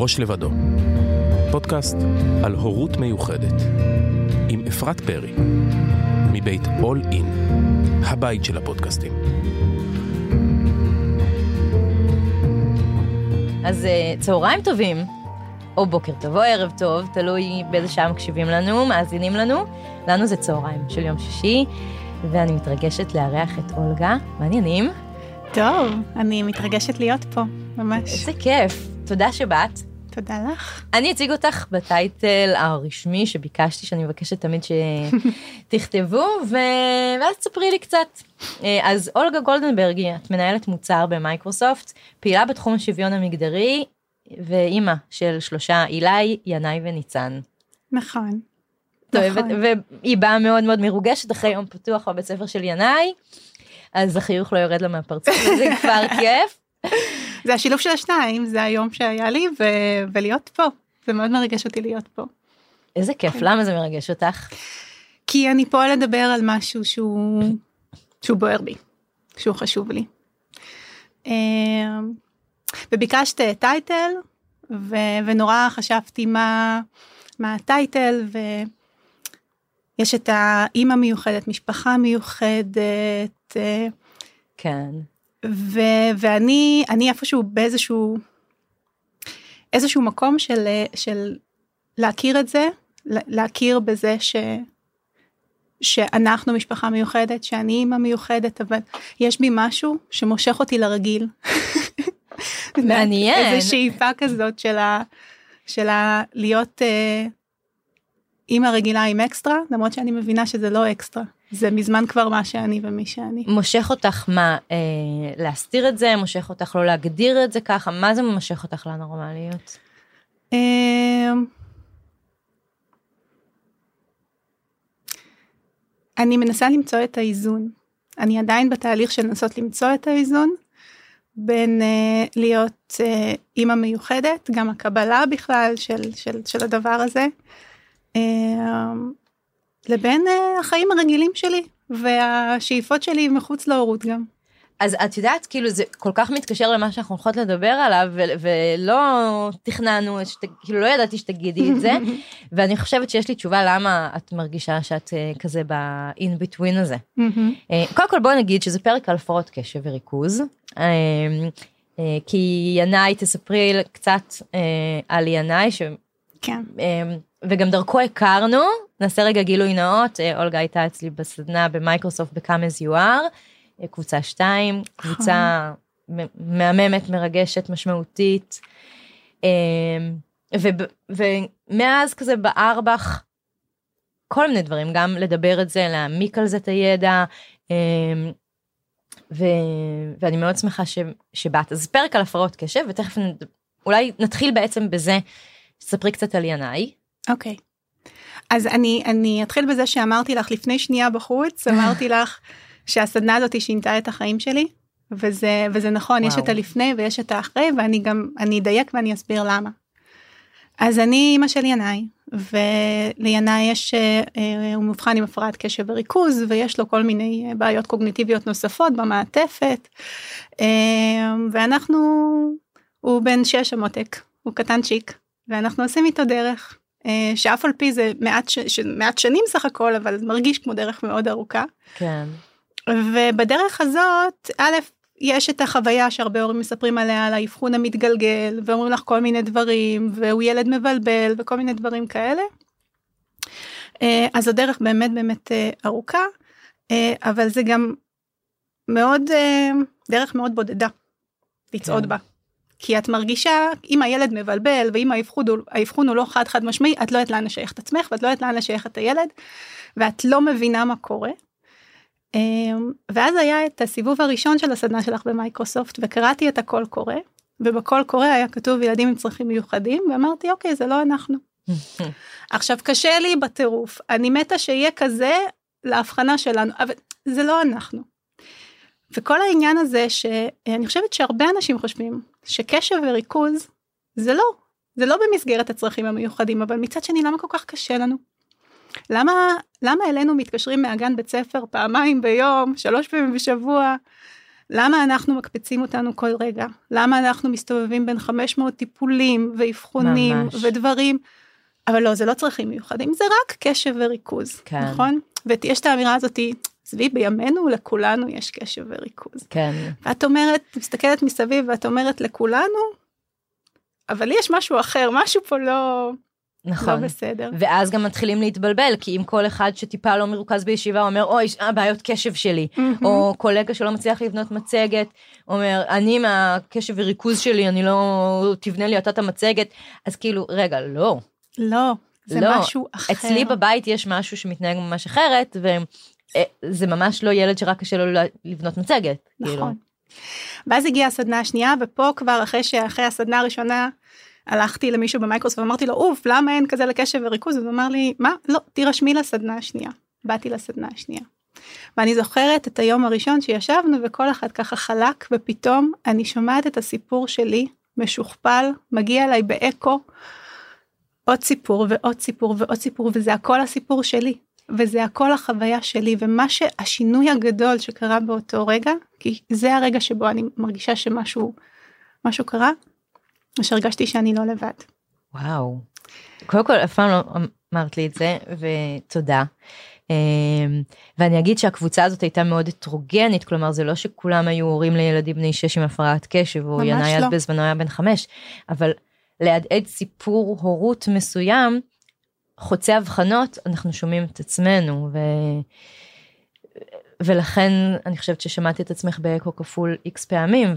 ראש לבדו, פודקאסט על הורות מיוחדת, עם אפרת פרי, מבית All In, הבית של הפודקאסטים. אז צהריים טובים, או בוקר טוב, או ערב טוב, תלוי באיזה שעה מקשיבים לנו, מאזינים לנו. לנו זה צהריים של יום שישי, ואני מתרגשת לארח את אולגה. מעניינים? טוב, אני מתרגשת להיות פה, ממש. איזה כיף, תודה שבאת. תודה לך. אני אציג אותך בטייטל הרשמי שביקשתי, שאני מבקשת תמיד שתכתבו, ואז תספרי לי קצת. אז אולגה גולדנברג, את מנהלת מוצר במייקרוסופט, פעילה בתחום השוויון המגדרי, ואימא של 3 אילי, ינאי וניצן. נכון. טוב, והיא באה מאוד מאוד מרוגשת אחרי יום פתוח בבית ספר של ינאי, אז החיוך לא יורד לה מהפרצוף, זה כבר כיף. זה השילוב של השניים, זה היום שהיה לי, ולהיות פה. זה מאוד מרגש אותי להיות פה. איזה כיף, למה זה מרגש אותך? כי אני פה לדבר על משהו שהוא בוער בי, שהוא חשוב לי. וביקשת טייטל, ונורא חשבתי מה הטייטל, ויש את האמא מיוחדת, משפחה מיוחדת. כן. ואני איפשהו איזשהו מקום של להכיר את זה, להכיר בזה שאנחנו משפחה מיוחדת, שאני אימא מיוחדת, אבל יש בי משהו שמושך אותי לרגיל. מעניין. איזו שאיפה כזאת של להיות אימא רגילה עם אקסטרה, למרות שאני מבינה שזה לא אקסטרה. זה מזמן כבר מה שאני ומי שאני. מושך אותך מה? להסתיר את זה? מושך אותך לא להגדיר את זה ככה? מה זה מושך אותך לנורמליות? אני מנסה למצוא את האיזון. אני עדיין בתהליך של לנסות למצוא את האיזון, בין להיות אימא מיוחדת, גם הקבלה בכלל של הדבר הזה, לבין החיים הרגילים שלי, והשאיפות שלי מחוץ להורות גם. אז את יודעת, כאילו זה כל כך מתקשר למה שאנחנו הולכות לדבר עליו, ולא תכננו, כאילו לא ידעתי שתגידי את זה, ואני חושבת שיש לי תשובה למה את מרגישה שאת כזה ב-in between הזה. קודם כל בואו נגיד שזה פרק על הפרעות קשב וריכוז, כי ינאי, תספרי קצת על ינאי, כן. וגם דרכו הכרנו, נעשה רגע גילוי נאות, אולגה הייתה אצלי בסדנה במייקרוסופט ב-Come As You Are, קבוצה 2, קבוצה מהממת, מרגשת, משמעותית, ומאז כזה בארבך, כל מיני דברים, גם לדבר את זה, להעמיק על זה את הידע, ואני מאוד שמחה שבאת. אז פרק על הפרעות קשב, ותכף אולי נתחיל בעצם בזה, ספרי קצת על ינאי. אוקיי. אז אני אתחיל בזה שאמרתי לך לפני שנייה בחוץ, אמרתי לך שהסדנה הזאת שינתה את החיים שלי, וזה נכון, יש את הלפני ויש את האחרי, ואני אדייק ואני אסביר למה. אז אני אמא של ינאי, ולינאי הוא מבחן עם הפרעת קשב וריכוז, ויש לו כל מיני בעיות קוגניטיביות נוספות במעטפת, הוא בן 6 המותק, הוא קטנצ'יק, ואנחנו עושים איתו דרך, שאף על פי זה מעט שנים סך הכל, אבל מרגיש כמו דרך מאוד ארוכה. כן. ובדרך הזאת, א', יש את החוויה שהרבה הורים מספרים עליה, על האבחון המתגלגל, ואומרים לך כל מיני דברים, והוא ילד מבלבל, וכל מיני דברים כאלה. אז הדרך באמת באמת ארוכה, אבל זה גם מאוד, דרך מאוד בודדה, לצעוד בה. כי את מרגישה, אם הילד מבלבל, ואם האבחון הוא לא חד משמעי, את לא יודעת לאן לשייך את עצמך, ואת לא יודעת לאן לשייך את הילד, ואת לא מבינה מה קורה. ואז היה את הסיבוב הראשון של הסדנה שלך במייקרוסופט, וקראתי את הכל קורא, ובכל קורא היה כתוב ילדים עם צרכים מיוחדים, ואמרתי, אוקיי, זה לא אנחנו. עכשיו, קשה לי בטירוף, אני מתה שיהיה כזה להבחנה שלנו, אבל זה לא אנחנו. וכל העניין הזה שאני חושבת שהרבה אנשים חושבים שקשב וריכוז זה לא במסגרת הצרכים המיוחדים, אבל מצד שני למה כל כך קשה לנו? למה אלינו מתקשרים מהגן בית ספר פעמיים ביום, 3 פעמים בשבוע, למה אנחנו מקפיצים אותנו כל רגע? למה אנחנו מסתובבים בין 500 טיפולים ואבחונים ממש. ודברים? אבל לא, זה לא צרכים מיוחדים, זה רק קשב וריכוז, כן. נכון? ויש את האמירה הזאת, סביב בימינו לכולנו יש קשב וריכוז. כן. ואת אומרת, מסתכלת מסביב ואת אומרת לכולנו, אבל יש משהו אחר, משהו פה לא... נכון. לא בסדר. ואז גם מתחילים להתבלבל, כי אם כל אחד שטיפה לא מרוכז בישיבה, אומר, אוי, הבעיות קשב שלי, או קולגה שלא מצליח לבנות מצגת, אומר, אני מהקשב וריכוז שלי, אני לא, תבנה לי את המצגת, אז כאילו, רגע, לא. לא, זה לא. משהו אחר. אצלי בבית יש משהו שמתנהג ממש אחרת, וזה ממש לא ילד שרק קשה לו לבנות מצגת. נכון. כאילו. ואז הגיעה הסדנה השנייה, ופה כבר אחרי הסדנה הראשונה, הלכתי למישהו במייקרוסופט ואמרתי לו, אוף, למה אין כזה לקשב וריכוז? הוא אמר לי, מה? לא, תירשמי לסדנה השנייה. באתי לסדנה השנייה. ואני זוכרת את היום הראשון שישבנו, וכל אחד ככה חלק, ופתאום אני שומעת את הסיפור שלי, משוכפל, מגיע אליי באקו, עוד סיפור ועוד סיפור ועוד סיפור, וזה הכל הסיפור שלי, וזה הכל החוויה שלי, ומה שהשינוי הגדול שקרה באותו רגע, כי זה הרגע שבו אני מרגישה שמשהו קרה, שהרגשתי שאני לא לבד. וואו. קודם כל, אף פעם לא אמרת לי את זה, ותודה. ואני אגיד שהקבוצה הזאת הייתה מאוד הטרוגנית, כלומר, זה לא שכולם היו הורים לילדים בני 6 עם הפרעת קשב, או ינאי אז בזמנו היה בן 5, אבל להדהד סיפור הורות מסוים, חוצה הבחנות, אנחנו שומעים את עצמנו, ולכן אני חושבת ששמעתי את עצמך באקו כפול X פעמים,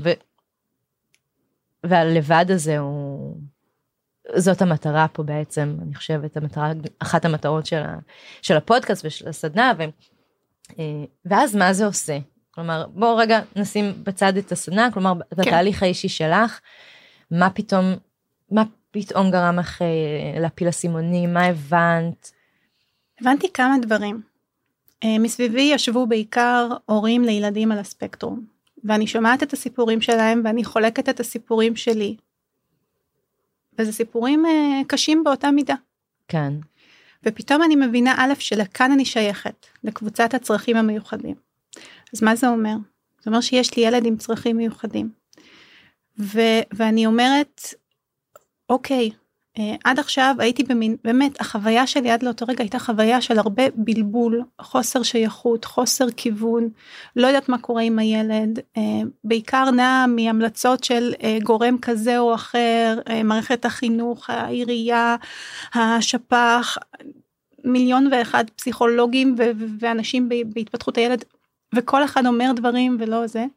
והלבד הזה זאת המטרה פה בעצם, אני חושבת, אחת המטרות של הפודקאסט ושל הסדנה, ואז מה זה עושה? כלומר, בואו רגע נשים בצד את הסדנה, כלומר, בתהליך האישי שלך, מה פתאום גרם לך להפיל אסימונים, מה הבנת? הבנתי כמה דברים. מסביבי ישבו בעיקר הורים לילדים על הספקטרום, ואני שומעת את הסיפורים שלהם, ואני חולקת את הסיפורים שלי. וזה סיפורים קשים באותה מידה. כן. ופתאום אני מבינה א' שלכאן אני שייכת, לקבוצת הצרכים המיוחדים. אז מה זה אומר? זה אומר שיש לי ילד עם צרכים מיוחדים. ואני אומרת, אוקיי, עד עכשיו הייתי באמת, החוויה שלי עד לאותו רגע הייתה חוויה של הרבה בלבול, חוסר שייכות, חוסר כיוון, לא יודעת מה קורה עם הילד, בעיקר נע מהמלצות של גורם כזה או אחר, מערכת החינוך, העירייה, השפ"ח, 1,000,001 פסיכולוגים ואנשים בהתפתחות הילד, וכל אחד אומר דברים ולא זה.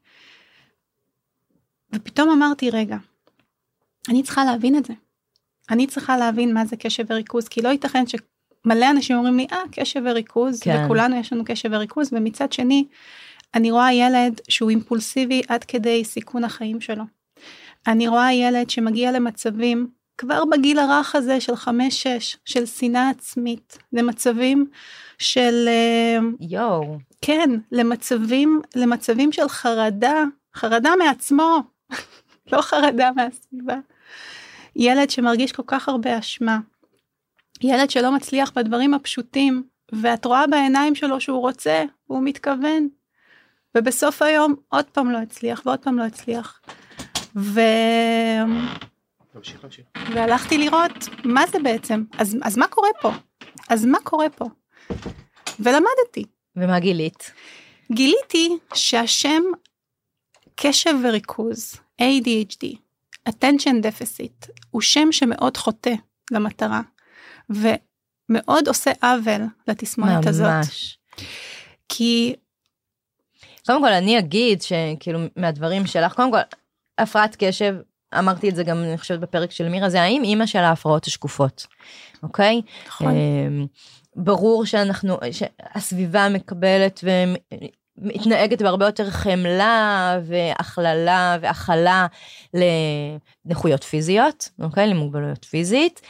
ופתאום אמרתי, רגע, אני צריכה להבין את זה. אני צריכה להבין מה זה קשב וריכוז, כי לא ייתכן שמלא אנשים אומרים לי, קשב וריכוז, כן. וכולנו יש לנו קשב וריכוז, ומצד שני, אני רואה ילד שהוא אימפולסיבי עד כדי סיכון החיים שלו. אני רואה ילד שמגיע למצבים, כבר בגיל הרך הזה של 5-6, של שנאה עצמית, למצבים של... כן, למצבים של חרדה מעצמו, לא חרדה מהסביבה. ילד שמרגיש כל כך הרבה אשמה, ילד שלא מצליח בדברים הפשוטים, ואת רואה בעיניים שלו שהוא רוצה, והוא מתכוון, ובסוף היום עוד פעם לא הצליח, ועוד פעם לא הצליח. והלכתי לראות מה זה בעצם, אז מה קורה פה? ולמדתי. ומה גילית? גיליתי שהשם קשב וריכוז, ADHD, attention deficit, הוא שם שמאוד חוטא למטרה, ומאוד עושה עוול לתסמונת הזאת. ממש. כי... קודם כל, אני אגיד שכאילו מהדברים שלך, קודם כל, הפרעת קשב, אמרתי את זה גם, אני חושבת בפרק של מירה, זה האם אימא של ההפרעות השקופות, אוקיי? נכון. ברור שהסביבה מקבלת מתנהגת בהרבה יותר חמלה והכללה והכלה לנכויות פיזיות, אוקיי? למוגבלויות פיזית.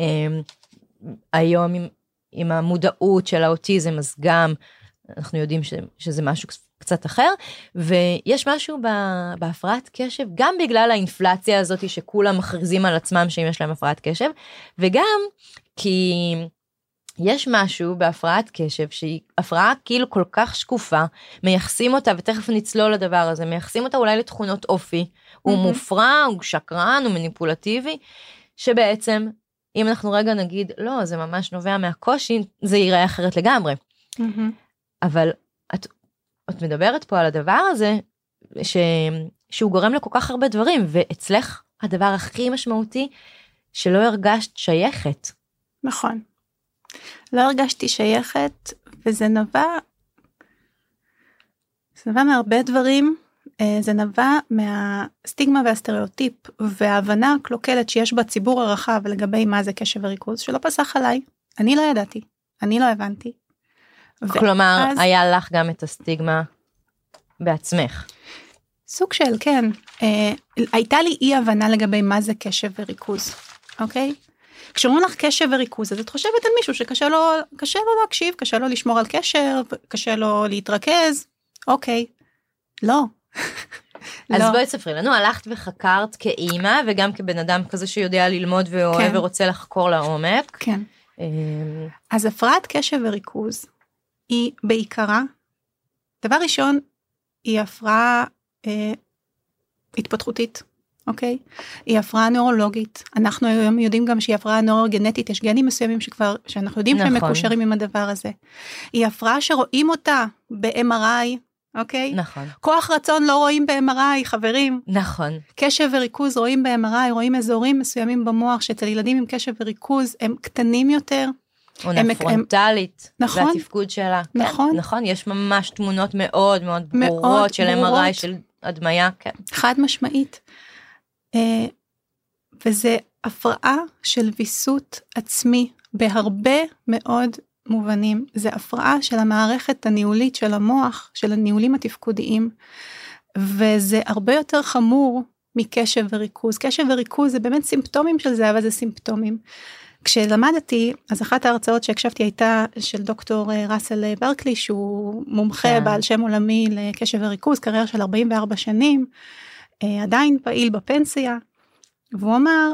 היום עם המודעות של האוטיזם, אז גם אנחנו יודעים שזה משהו קצת אחר, ויש משהו בהפרעת קשב, גם בגלל האינפלציה הזאת שכולם מכריזים על עצמם שאם יש להם הפרעת קשב, וגם כי יש משהו בהפרעת קשב, שהיא הפרעה כאילו כל כך שקופה, מייחסים אותה, ותכף נצלול לדבר הזה, מייחסים אותה אולי לתכונות אופי, הוא מופרע, הוא שקרן, הוא מניפולטיבי, שבעצם, אם אנחנו רגע נגיד, לא, זה ממש נובע מהקושי, זה ייראה אחרת לגמרי. אבל את מדברת פה על הדבר הזה, שהוא גורם לכל כך הרבה דברים, ואצלך הדבר הכי משמעותי, שלא הרגשת שייכת. נכון. לא הרגשתי שייכת, וזה נבע מהרבה דברים, זה נבע מהסטיגמה והסטריאוטיפ, וההבנה הקלוקלת שיש בציבור הרחב, לגבי מה זה קשב וריכוז, שלא פסח עליי, אני לא ידעתי, אני לא הבנתי. כלומר, היה לך גם את הסטיגמה בעצמך. סוג של, כן. הייתה לי אי הבנה לגבי מה זה קשב וריכוז, אוקיי? כשאומרים לך קשב וריכוז, אז את חושבת על מישהו שקשה לו להקשיב, קשה לו לשמור על קשר, קשה לו להתרכז, אוקיי. לא. אז בואי תספרי לנו, הלכת וחקרת כאימא, וגם כבן אדם כזה שיודע ללמוד ואוהב ורוצה לחקור לעומק. כן. אז הפרעת קשב וריכוז, היא בעיקרה, דבר ראשון, היא הפרעה התפתחותית, אוקיי? היא הפרעה נוירולוגית. אנחנו היום יודעים גם שהיא הפרעה נוירוגנטית, יש גנים מסוימים שאנחנו יודעים שהם מקושרים עם הדבר הזה. היא הפרעה שרואים אותה ב-MRI, אוקיי? נכון. כוח רצון לא רואים ב-MRI, חברים. נכון. קשב וריכוז רואים ב-MRI, רואים אזורים מסוימים במוח, שאצל ילדים עם קשב וריכוז הם קטנים יותר. עונה פרונטלית, נכון, והתפקוד שלה. נכון. כן, נכון, יש ממש תמונות מאוד מאוד ברורות של MRI, של הדמיה, כן. חד משמעית. וזה הפרעה של ויסות עצמי, בהרבה מאוד מובנים. זה הפרעה של המערכת הניהולית של המוח, של הניהולים התפקודיים, וזה הרבה יותר חמור מקשב וריכוז. קשב וריכוז זה באמת סימפטומים של זה, אבל זה סימפטומים. כשלמדתי, אז אחת ההרצאות שהקשבתי הייתה של דוקטור ראסל ברקלי, שהוא מומחה בעל שם עולמי לקשב וריכוז, קריירה של 44 שנים, עדיין פעיל בפנסיה, והוא אמר,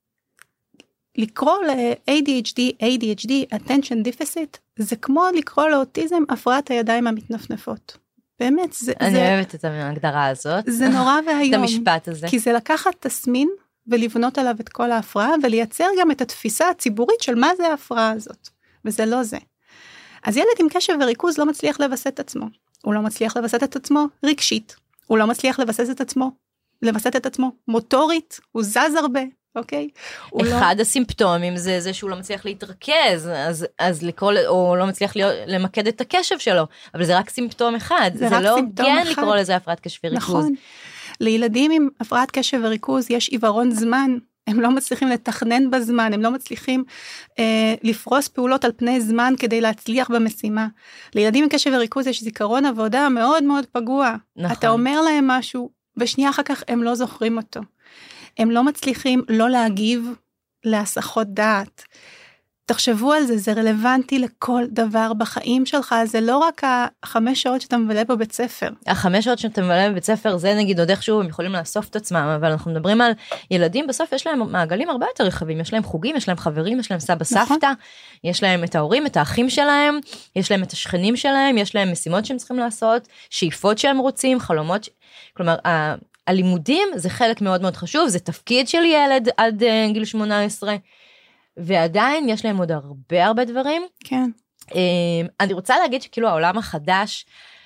לקרוא ל-ADHD, attention deficit, זה כמו לקרוא לאוטיזם הפרעת הידיים המתנפנפות. באמת, אני אוהבת את ההגדרה הזאת. זה נורא והיום. את המשפט הזה. כי זה לקחת תסמין, ולבנות עליו את כל ההפרעה, ולייצר גם את התפיסה הציבורית של מה זה ההפרעה הזאת, וזה לא זה. אז ילד עם קשב וריכוז לא מצליח לבסס את עצמו, הוא לא מצליח לבסס את עצמו רגשית, הוא לא מצליח לבסס את עצמו מוטורית, הוא זז הרבה, אוקיי? אחד הסימפטומים זה שהוא לא מצליח להתרכז, אז לקרוא, או לא מצליח למקד את הקשב שלו, אבל זה רק סימפטום אחד, זה לא הוגן לקרוא לזה הפרעת קשב וריכוז. נכון. לילדים עם הפרעת קשב וריכוז יש עיוורון זמן, הם לא מצליחים לתכנן בזמן, הם לא מצליחים לפרוס פעולות על פני זמן כדי להצליח במשימה. לילדים עם קשב וריכוז יש זיכרון עבודה מאוד מאוד פגוע. נכון. אתה אומר להם משהו, ושנייה אחר כך הם לא זוכרים אותו. הם לא מצליחים לא להגיב להסחות דעת. תחשבו על זה, זה רלוונטי לכל דבר בחיים שלך, זה לא רק 5 שעות שאתה מבלה בבית ספר. 5 שעות שאתה מבלה בבית ספר, זה נגיד עוד איכשהו, הם יכולים לאסוף את עצמם, אבל אנחנו מדברים על ילדים, בסוף יש להם מעגלים הרבה יותר רחבים, יש להם חוגים, יש להם חברים, יש להם סבא סבתא, יש להם את ההורים, את האחים שלהם, יש להם את השכנים שלהם, יש להם משימות שהם צריכים לעשות, שאיפות שהם רוצים, חלומות, כלומר, הלימודים זה חלק מאוד מאוד חשוב, זה תפקיד של ילד עד גיל 18, ועדיין יש להם עוד הרבה דברים. כן. אני רוצה להגיד שכאילו העולם החדש,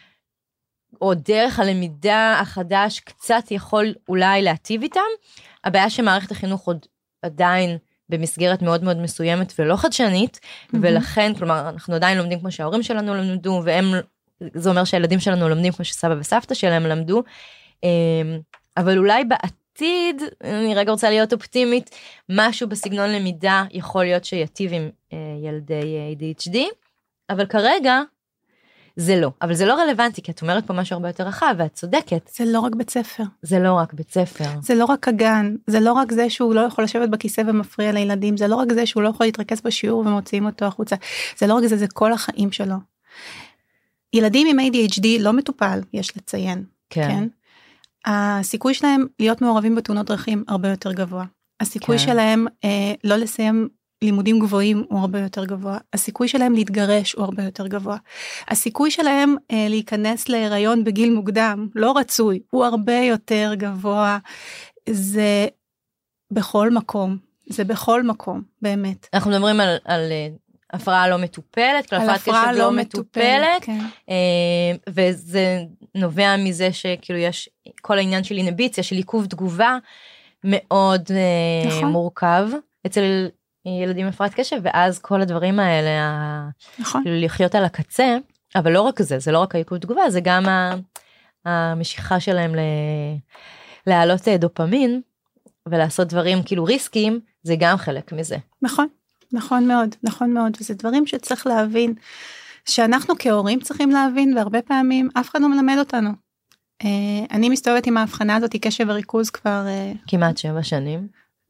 או דרך הלמידה החדש, קצת יכול אולי להטיב איתם. הבעיה שמערכת החינוך עוד עדיין במסגרת מאוד מאוד מסוימת ולא חדשנית, ולכן, כלומר, אנחנו עדיין לומדים כמו שההורים שלנו למדו, זה אומר שהילדים שלנו לומדים כמו שסבא וסבתא שלהם למדו, אבל אולי בעתיד, אני רגע רוצה להיות אופטימית, משהו בסגנון למידה יכול להיות שיטיב עם ילדי ADHD, אבל כרגע זה לא. אבל זה לא רלוונטי, כי את אומרת פה משהו הרבה יותר רחב, ואת צודקת. זה לא רק בית ספר. זה לא רק בית ספר. זה לא רק הגן, זה לא רק זה שהוא לא יכול לשבת בכיסא ומפריע לילדים, זה לא רק זה שהוא לא יכול להתרכז בשיעור ומוציאים אותו החוצה, זה לא רק זה, זה כל החיים שלו. ילדים עם ADHD לא מטופל, יש לציין. כן. הסיכוי שלהם להיות מעורבים בתאונות דרכים הרבה יותר גבוה. הסיכוי שלהם לא לסיים לימודים גבוהים הוא הרבה יותר גבוה, הסיכוי שלהם להתגרש הוא הרבה יותר גבוה, הסיכוי שלהם להיכנס להיריון בגיל מוקדם, לא רצוי, הוא הרבה יותר גבוה, זה בכל מקום, זה בכל מקום, באמת. אנחנו מדברים על הפרעה לא מטופלת, על הפרעת קשב לא מטופלת, כן. וזה נובע מזה שכאילו יש כל העניין של אינביציה, של עיכוב תגובה, מאוד נכון. מורכב, אצל ילדים הפרעת קשב, ואז כל הדברים האלה, נכון. כאילו לחיות על הקצה, אבל לא רק זה לא רק העיכוב תגובה, זה גם המשיכה שלהם להעלות דופמין, ולעשות דברים כאילו ריסקים, זה גם חלק מזה. נכון, נכון מאוד, נכון מאוד, וזה דברים שצריך להבין, שאנחנו כהורים צריכים להבין, והרבה פעמים אף אחד לא מלמד אותנו. אני מסתובבת עם ההבחנה הזאת, קשב וריכוז כבר... כמעט 7 שנים.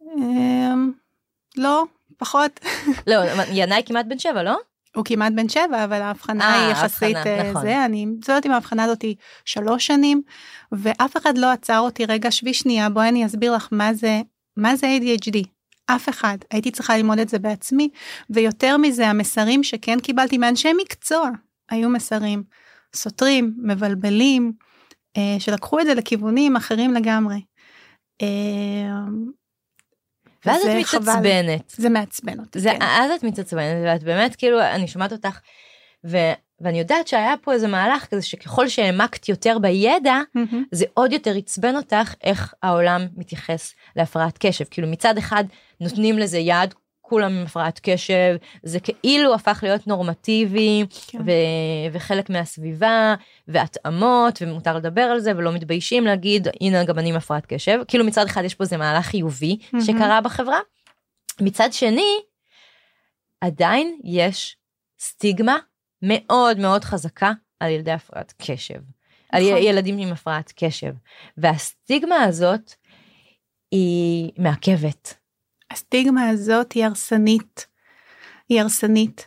לא, פחות. לא, ינאי כמעט בן 7, לא? הוא כמעט בן 7, אבל ההבחנה היא יחסית נכון. זה, אני מסתובבת עם ההבחנה הזאת 3 שנים, ואף אחד לא עצר אותי, רגע שבי שנייה, בואי אני אסביר לך מה זה ADHD. אף אחד, הייתי צריכה ללמוד את זה בעצמי, ויותר מזה, המסרים שכן קיבלתי מאנשי מקצוע, היו מסרים סותרים, מבלבלים, שלקחו את זה לכיוונים אחרים לגמרי. ואז את מתעצבנת. זה מעצבן אותי, כן. אז את מתעצבנת, ואת באמת כאילו, אני שומעת אותך, ואני יודעת שהיה פה איזה מהלך כזה, שככל שהעמקת יותר בידע, זה עוד יותר עצבן אותך, איך העולם מתייחס להפרעת קשב. כאילו מצד אחד נותנים לזה יד, כולם עם הפרעת קשב, זה כאילו הפך להיות נורמטיבי, וחלק מהסביבה, והתאמות, ומותר לדבר על זה, ולא מתביישים להגיד, הנה גם אני עם הפרעת קשב. כאילו מצד אחד יש פה איזה מהלך חיובי, שקרה בחברה. מצד שני, עדיין יש סטיגמה, מאוד מאוד חזקה על ילדי הפרעת קשב, על ילדים עם הפרעת קשב, והסטיגמה הזאת היא מעכבת. הסטיגמה הזאת היא הרסנית,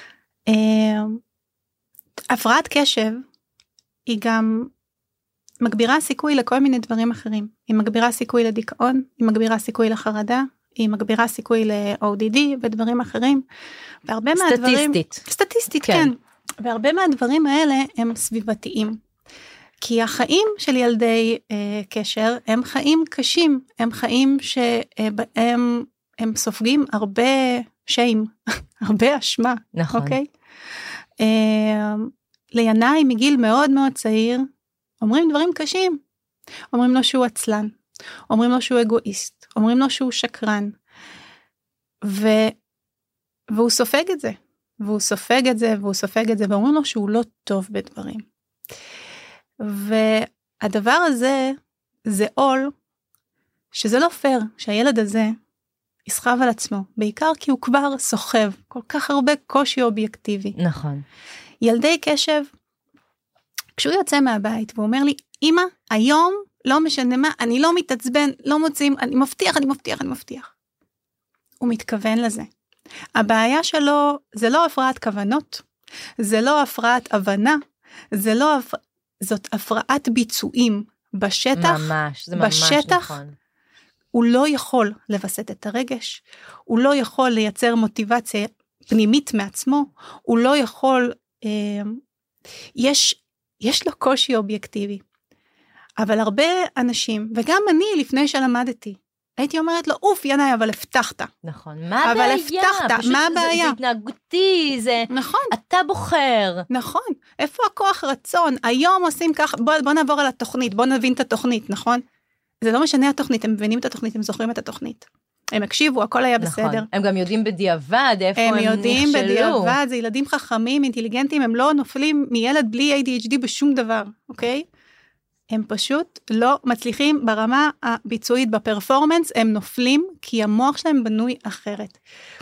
הפרעת קשב היא גם מגבירה סיכוי לכל מיני דברים אחרים, היא מגבירה סיכוי לדיכאון, היא מגבירה סיכוי לחרדה, היא מגבירה סיכוי ל-ODD ודברים אחרים, והרבה מהדברים... סטטיסטית, כן. והרבה מהדברים האלה הם סביבתיים. כי החיים של ילדי קשר הם חיים קשים, הם חיים שבהם הם סופגים הרבה שיים, הרבה אשמה. נכון. אוקיי? לינאי מגיל מאוד מאוד צעיר, אומרים דברים קשים. אומרים לו שהוא עצלן, אומרים לו שהוא אגואיסט, אומרים לו שהוא שקרן, והוא סופג את זה, ואומרים לו שהוא לא טוב בדברים. והדבר הזה, זה עול, שזה לא פייר, שהילד הזה יסחב על עצמו, בעיקר כי הוא כבר סוחב, כל כך הרבה קושי אובייקטיבי. נכון. ילדי קשב, כשהוא יוצא מהבית, והוא אומר לי, אמא, היום, לא משנה מה, אני לא מתעצבן, לא מוצאים, אני מבטיח. הוא מתכוון לזה. הבעיה שלו, זה לא הפרעת כוונות, זה לא הפרעת הבנה, זאת הפרעת ביצועים בשטח. ממש, זה ממש נכון. הוא לא יכול לבסט את הרגש, הוא לא יכול לייצר מוטיבציה פנימית מעצמו, הוא לא יכול, יש לו קושי אובייקטיבי. אבל הרבה אנשים, וגם אני לפני שלמדתי, הייתי אומרת לו, אוף ינאי, אבל הבטחת. נכון, מה הבעיה? אבל הבטחת, מה הבעיה? זה התנהגותי, זה... נכון. אתה בוחר. נכון, איפה הכוח רצון? היום עושים כך, בוא נעבור על התוכנית, בוא נבין את התוכנית, נכון? זה לא משנה התוכנית, הם מבינים את התוכנית, הם זוכרים את התוכנית. הם הקשיבו, הכל היה בסדר. נכון, הם גם יודעים בדיעבד איפה הם נכשלו. הם יודעים בדיעבד, זה ילדים חכמים, אינטליגנטים, הם לא נופלים מילד בלי ADHD בשום דבר, אוקיי? הם פשוט לא מצליחים ברמה הביצועית, בפרפורמנס, הם נופלים, כי המוח שלהם בנוי אחרת.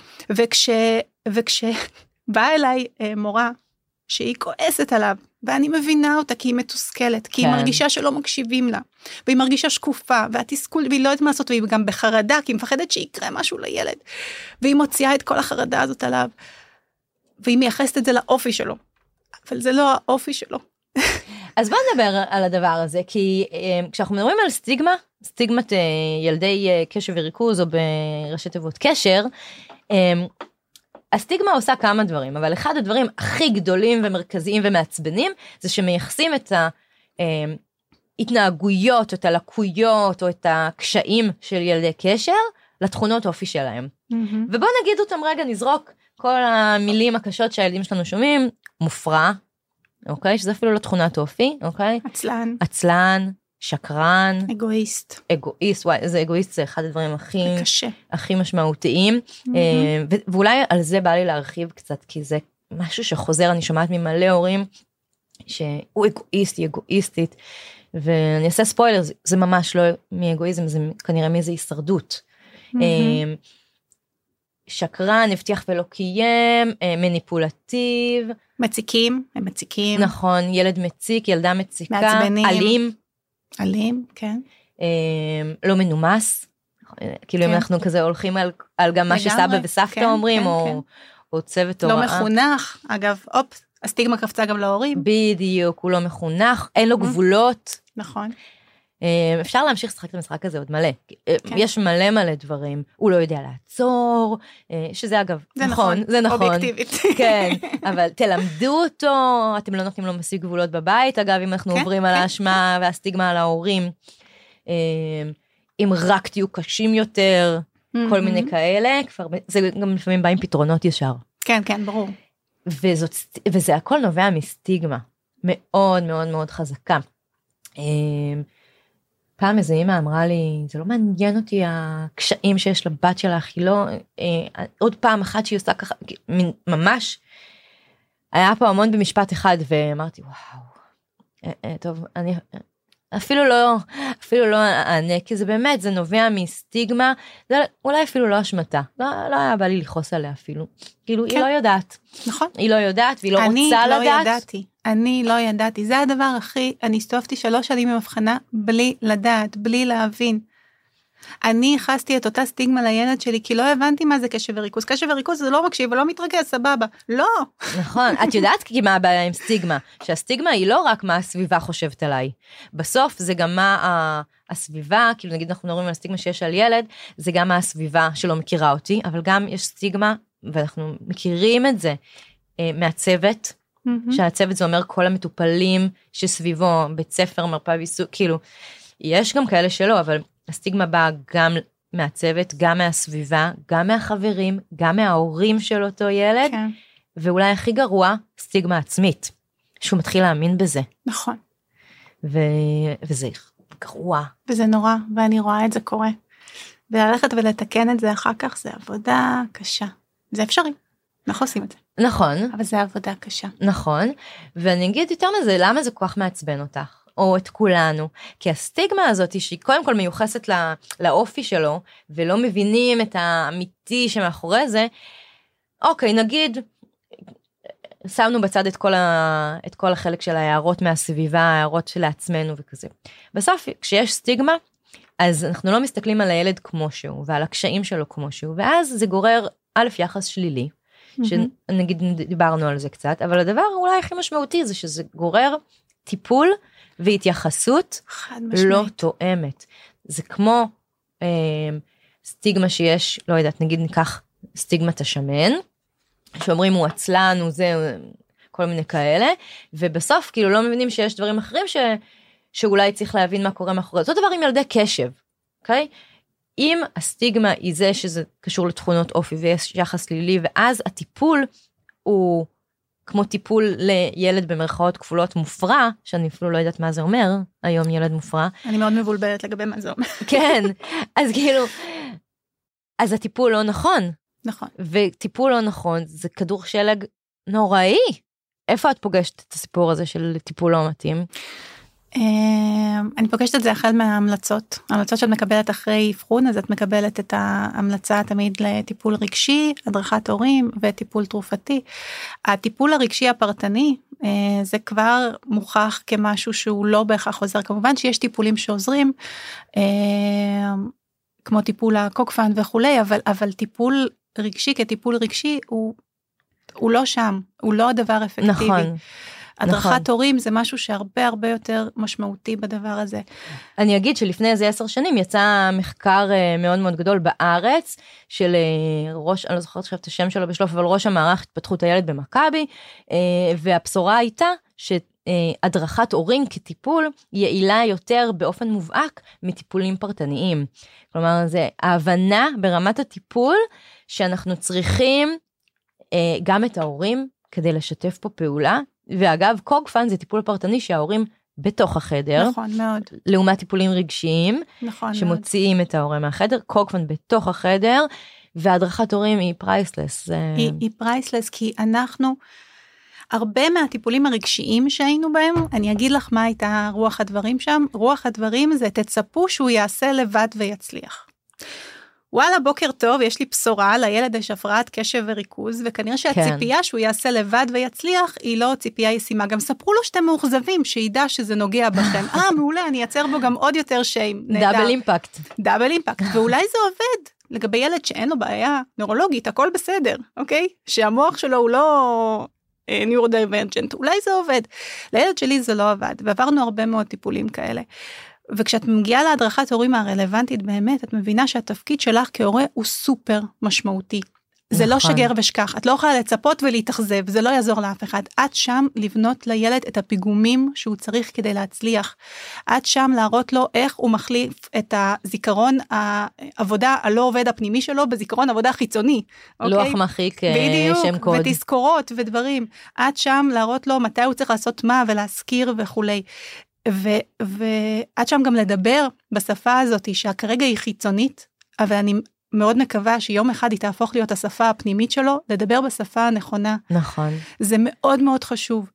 וכשבאה אליי מורה, שהיא כועסת עליו, ואני מבינה אותה, כי היא מתוסכלת, כי היא מרגישה שלא מקשיבים לה, והיא מרגישה שקופה, והתסכול, והיא לא יודעת מה לעשות, והיא גם בחרדה, כי היא מפחדת שיקרה משהו לילד, והיא מוציאה את כל החרדה הזאת עליו, והיא מייחסת את זה לאופי שלו, אבל זה לא האופי שלו. אז בוא נדבר על הדבר הזה, כי כשאנחנו מדברים על סטיגמת ילדי קשב וריכוז, או ברשת תיבות קשר, הסטיגמה עושה כמה דברים, אבל אחד הדברים הכי גדולים ומרכזיים ומעצבנים, זה שמייחסים את ההתנהגויות, או את הלקויות, או את הקשיים של ילדי קשר, לתכונות אופי שלהם. ובוא נגיד אותם רגע, נזרוק כל המילים הקשות שהילדים שלנו שומעים, מופרע, אוקיי? שזה אפילו לא תכונת אופי, אוקיי? עצלן, שקרן. אגואיסט, וואי, איזה אגואיסט זה אחד הדברים הכי משמעותיים. ואולי על זה בא לי להרחיב קצת, כי זה משהו שחוזר, אני שומעת ממלא הורים, שהוא אגואיסט, היא אגואיסטית, ואני אעשה ספוילר, זה ממש לא מאגואיזם, זה כנראה מאיזה הישרדות. שקרן, הבטיח ולא קיים, מניפולטיב. מציקים, הם מציקים. נכון, ילד מציק, ילדה מציקה. מעצבנים. אלים, כן. לא מנומס. כאילו אם אנחנו כזה הולכים על גם מה שסבא וסבתא אומרים, או צוות הוראה. לא מחונך, אגב, הסטיגמה קפצה גם להורים. בדיוק, הוא לא מחונך, אין לו גבולות. נכון. אפשר להמשיך לשחק את המשחק הזה עוד מלא. יש מלא דברים. הוא לא יודע לעצור, שזה אגב, נכון, זה נכון. אובייקטיבית. כן, אבל תלמדו אותו, אתם לא נותנים לו מספיק גבולות בבית, אגב, אם אנחנו עוברים על האשמה והסטיגמה על ההורים, אם רק תהיו קשים יותר, כל מיני כאלה, זה גם לפעמים בא עם פתרונות ישר. כן, כן, ברור. וזה הכל נובע מסטיגמה, מאוד מאוד מאוד חזקה. פעם איזה אמא אמרה לי, זה לא מעניין אותי הקשיים שיש לבת שלך, היא לא, עוד פעם אחת שהיא עושה ככה, ממש, היה פה המון במשפט אחד, ואמרתי, וואו, טוב, אני אפילו לא אענה, כי זה באמת, זה נובע מסטיגמה, זה אולי אפילו לא אשמתה, לא היה בא לי לכעוס עליה אפילו, כאילו היא לא יודעת. נכון. היא לא יודעת, והיא לא רוצה לדעת. אני לא ידעתי, זה הדבר הכי, אני הסתובבתי 3 שנים עם הבחנה, בלי לדעת, בלי להבין. אני הכנסתי את אותה סטיגמה לילד שלי, כי לא הבנתי מה זה קשב וריכוז. קשב וריכוז זה לא מקשיב ולא מתרכז, סבבה. לא. נכון, את יודעת כי מה הבעיה עם סטיגמה, שהסטיגמה היא לא רק מה הסביבה חושבת עליי. בסוף זה גם מה הסביבה, כאילו נגיד אנחנו מדברים על סטיגמה שיש על ילד, זה גם מה הסביבה שלא מכירה אותי, אבל גם יש סטיגמה, ואנחנו מכירים את זה מהצוות, שהצוות זה אומר כל המטופלים שסביבו, בית ספר, מרפאה ועיסוק, כאילו, יש גם כאלה שלא, אבל הסטיגמה באה גם מהצוות, גם מהסביבה, גם מהחברים, גם מההורים של אותו ילד, כן. ואולי הכי גרוע, סטיגמה עצמית, שהוא מתחיל להאמין בזה. נכון. וזה גרוע. וזה נורא, ואני רואה את זה קורה. וללכת ולתקן את זה אחר כך, זה עבודה קשה. זה אפשרי. אנחנו עושים את זה. נכון. אבל זה עבודה קשה. נכון. ואני אגיד יותר מזה, למה זה כל כך מעצבן אותך? או את כולנו, כי הסטיגמה הזאת שהיא קודם כל מיוחסת לאופי שלו, ולא מבינים את האמיתי שמאחורי זה, אוקיי, נגיד, שמנו בצד את כל החלק של ההערות מהסביבה, ההערות של עצמנו וכזה. בסוף, כשיש סטיגמה, אז אנחנו לא מסתכלים על הילד כמו שהוא, ועל הקשיים שלו כמו שהוא, ואז זה גורר א' יחס שלילי, שנגיד דיברנו על זה קצת, אבל הדבר אולי הכי משמעותי זה שזה גורר טיפול והתייחסות לא תואמת. זה כמו סטיגמה שיש, לא יודעת, נגיד ניקח סטיגמת השמן, שאומרים הוא עצלן, הוא זה, כל מיני כאלה, ובסוף כאילו לא מבינים שיש דברים אחרים שאולי צריך להבין מה קורה מאחורי. זאת דבר עם ילדי קשב, אוקיי? אם הסטיגמה היא זה שזה קשור לתכונות אופי ויש יחס לילי, ואז הטיפול הוא כמו טיפול לילד במרכאות כפולות מופרע, שאני אפילו לא יודעת מה זה אומר, היום ילד מופרע. אני מאוד מבולבלת לגבי מה זה אומר. כן, אז כאילו, אז הטיפול לא נכון. נכון. וטיפול לא נכון, זה כדור שלג נוראי. איפה את פוגשת את הסיפור הזה של טיפול לא מתאים? אני פוגשת את זה החל מההמלצות. ההמלצות שאת מקבלת אחרי אבחון, אז את מקבלת את ההמלצה תמיד לטיפול רגשי, הדרכת הורים וטיפול תרופתי. הטיפול הרגשי הפרטני, זה כבר מוכח כמשהו שהוא לא בהכרח עוזר. כמובן שיש טיפולים שעוזרים, כמו טיפול הקוקפן וכולי, אבל טיפול רגשי כטיפול רגשי הוא לא שם, הוא לא הדבר אפקטיבי. נכון. הדרכת הורים זה משהו שהרבה הרבה יותר משמעותי בדבר הזה. אני אגיד שלפני איזה 10 שנים יצא מחקר מאוד מאוד גדול בארץ, של ראש, אני לא זוכרת עכשיו את השם שלו בשלוף, אבל ראש המערך התפתחות הילד במכבי, והבשורה הייתה הדרכת הורים כטיפול יעילה יותר באופן מובהק מטיפולים פרטניים. כלומר, זה ההבנה ברמת הטיפול שאנחנו צריכים גם את ההורים כדי לשתף פה פעולה, ואגב, קוגפן זה טיפול פרטני שההורים בתוך החדר. נכון, מאוד. לעומת טיפולים רגשיים, נכון, שמוציאים את ההורה מהחדר, קוגפן בתוך החדר, והדרכת הורים היא פרייסלס. היא פרייסלס, כי אנחנו, הרבה מהטיפולים הרגשיים שהיינו בהם, אני אגיד לך מה הייתה רוח הדברים שם, רוח הדברים זה תצפו שהוא יעשה לבד ויצליח. וואלה, בוקר טוב, יש לי בשורה, לילד יש הפרעת קשב וריכוז, וכנראה שהציפייה שהוא יעשה לבד ויצליח, היא לא ציפייה ישימה. גם ספרו לו שאתם מאוכזבים, שידע שזה נוגע בכם. מעולה, אני אעצר בו גם עוד יותר שיים. דאבל אימפקט. דאבל אימפקט, ואולי זה עובד. לגבי ילד שאין לו בעיה נורולוגית, הכל בסדר, אוקיי? שהמוח שלו הוא לא ניורודייברג'נט, אולי זה עובד. לילד שלי זה לא עבד, ועברנו הרבה מאוד טיפולים כאלה. וכשאת מגיעה להדרכת הורים הרלוונטית באמת, את מבינה שהתפקיד שלך כהורה הוא סופר משמעותי. זה לא שגר ושכח, את לא יכולה לצפות ולהתאכזב, זה לא יעזור לאף אחד. את שם לבנות לילד את הפיגומים שהוא צריך כדי להצליח. את שם להראות לו איך הוא מחליף את הזיכרון העבודה הלא עובד הפנימי שלו, בזיכרון עבודה חיצוני. לוח מחיק שם קוד. בדיוק, ותזכורות ודברים. את שם להראות לו מתי הוא צריך לעשות מה ולהזכיר וכולי. ועד שם גם לדבר בשפה הזאת שכרגע היא חיצונית, אבל אני מאוד מקווה שיום אחד היא תהפוך להיות השפה הפנימית שלו, לדבר בשפה הנכונה. נכון. זה מאוד מאוד חשוב.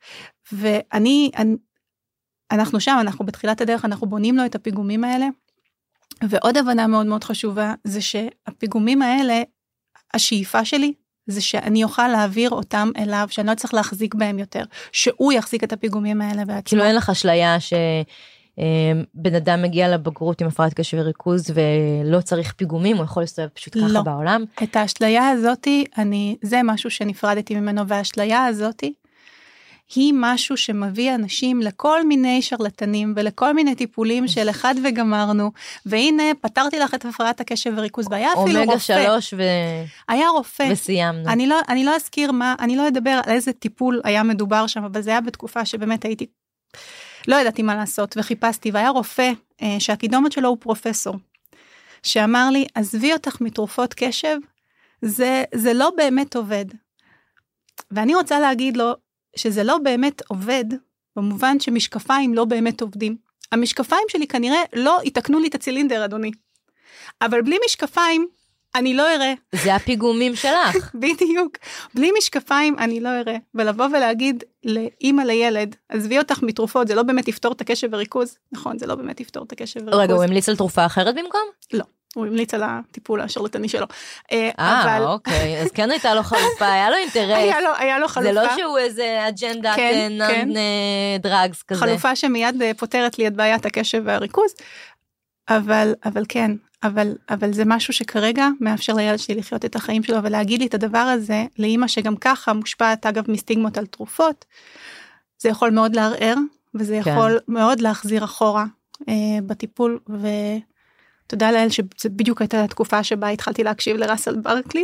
אנחנו שם, אנחנו בתחילת הדרך, אנחנו בונים לו את הפיגומים האלה, ועוד הבנה מאוד מאוד חשובה, זה שהפיגומים האלה, השאיפה שלי, זה שאני אוכל להעביר אותם אליו, שאני לא צריך להחזיק בהם יותר, שהוא יחזיק את הפיגומים האלה בעצמו. כאילו אין לך אשליה שבן אדם מגיע לבגרות עם הפרעת קשב וריכוז, ולא צריך פיגומים, הוא יכול להסתובב פשוט ככה בעולם. את האשליה הזאת, זה משהו שנפרדתי ממנו, והאשליה הזאת, היא משהו שמביא אנשים לכל מיני שרלטנים, ולכל מיני טיפולים של אחד וגמרנו, והנה פתרתי לך את הפרעת הקשב וריכוז, והיה אפילו רופא. אומגה 3 היה רופא. וסיימנו. אני לא אזכיר אני לא אדבר על איזה טיפול היה מדובר שם, אבל זה היה בתקופה שבאמת הייתי, לא ידעתי מה לעשות, וחיפשתי, והיה רופא, שהקידומת שלו הוא פרופסור, שאמר לי, עזבי אותך מתרופות קשב, זה לא באמת עובד. ואני רוצה להגיד לו, שזה לא באמת עובד, במובן שמשקפיים לא באמת עובדים. המשקפיים שלי כנראה לא יתקנו לי את הצילינדר, אדוני. אבל בלי משקפיים, אני לא אראה. זה הפיגומים שלך. בדיוק. בלי משקפיים, אני לא אראה. ולבוא ולהגיד לאמא לילד, עזבי אותך מתרופות, זה לא באמת יפתור את הקשב וריכוז. נכון, זה לא באמת יפתור את הקשב וריכוז. רגע, הוא המליץ על תרופה אחרת במקום? לא. הוא המליץ על הטיפול השרלטני שלו. אוקיי, אז כן הייתה לו חלופה, היה לו אינטרס. היה לו חלופה. זה לא שהוא איזה אג'נדת דרגס כזה. חלופה שמיד פותרת לי את בעיית הקשב והריכוז, אבל כן, אבל זה משהו שכרגע מאפשר לילד שלי לחיות את החיים שלו, ולהגיד לי את הדבר הזה, לאמא שגם ככה מושפעת, אגב, מסטיגמות על תרופות, זה יכול מאוד לערער, וזה יכול מאוד להחזיר אחורה בטיפול, תודה לאל שזה בדיוק הייתה התקופה שבה התחלתי להקשיב לראסל ברקלי,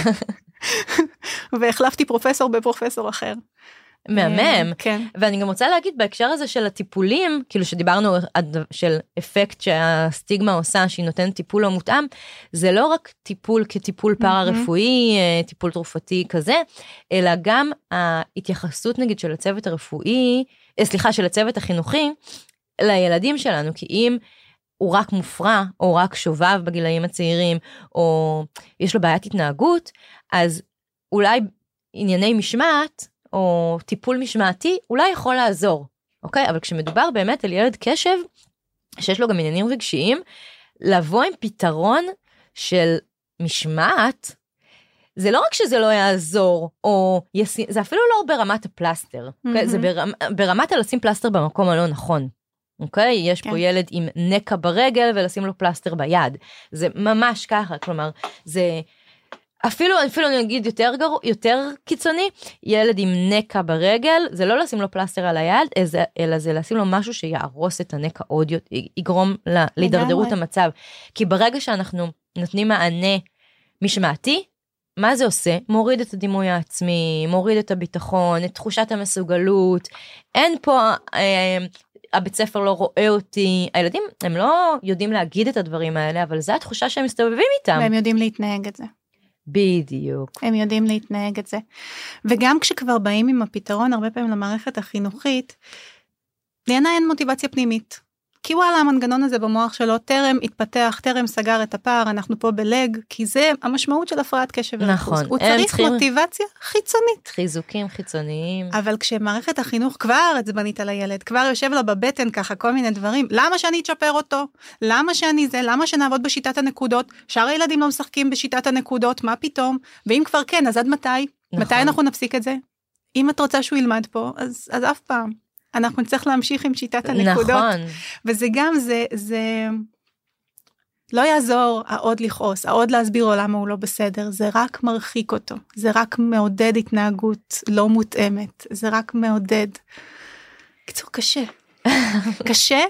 והחלפתי פרופסור בפרופסור אחר. מהמם. כן. ואני גם רוצה להגיד בהקשר הזה של הטיפולים, כאילו שדיברנו של אפקט שהסטיגמה עושה, שהיא נותנת טיפול לא מותאם, זה לא רק טיפול כטיפול פארה-רפואי, טיפול תרופתי כזה, אלא גם ההתייחסות נגיד של הצוות הרפואי, של הצוות החינוכי, לילדים שלנו, כי אם הוא רק מופרע, או רק שובב בגילאים הצעירים, או יש לו בעיית התנהגות, אז אולי ענייני משמעת, או טיפול משמעתי, אולי יכול לעזור, אוקיי? אבל כשמדובר באמת על ילד קשב, שיש לו גם עניינים רגשיים, לבוא עם פתרון של משמעת, זה לא רק שזה לא יעזור, או זה אפילו לא ברמת הפלסטר, אוקיי? זה ברמת לשים פלסטר במקום הלא נכון. אוקיי? יש פה ילד עם נקע ברגל ולשים לו פלסטר ביד. זה ממש ככה, כלומר, זה אפילו אני אגיד יותר קיצוני, ילד עם נקע ברגל, זה לא לשים לו פלסטר על היד, אלא זה לשים לו משהו שיערוס את הנקע עוד, יגרום להידרדרות המצב. כי ברגע שאנחנו נותנים מענה משמעתי, מה זה עושה? מוריד את הדימוי העצמי, מוריד את הביטחון, את תחושת המסוגלות, אין פה, הבית ספר לא רואה אותי, הילדים הם לא יודעים להגיד את הדברים האלה, אבל זו התחושה שהם מסתובבים איתם. והם יודעים להתנהג את זה. בדיוק. הם יודעים להתנהג את זה. וגם כשכבר באים עם הפתרון, הרבה פעמים למערכת החינוכית, לעיני אין מוטיבציה פנימית. כי וואלה, המנגנון הזה במוח שלו טרם התפתח, טרם סגר את הפער, אנחנו פה בלג, כי זה המשמעות של הפרעת קשב וריכוז. נכון. הוא צריך מוטיבציה חיצונית. חיזוקים חיצוניים. אבל כשמערכת החינוך כבר עצבנית על הילד, כבר יושב לה בבטן ככה כל מיני דברים, למה שאני אצ'פר אותו? למה שאני זה? למה שנעבוד בשיטת הנקודות? שאר הילדים לא משחקים בשיטת הנקודות, מה פתאום? ואם כבר כן, אז עד מתי? נכון. מתי אנחנו נפסיק את זה? אם את רוצה שהוא ילמד פה, אז אף פעם. אנחנו נצטרך להמשיך עם שיטת הנקודות. נכון. וזה גם, זה לא יעזור העוד לכעוס, העוד להסביר לו למה הוא לא בסדר, זה רק מרחיק אותו, זה רק מעודד התנהגות לא מותאמת, זה רק מעודד. קיצור, קשה. קשה,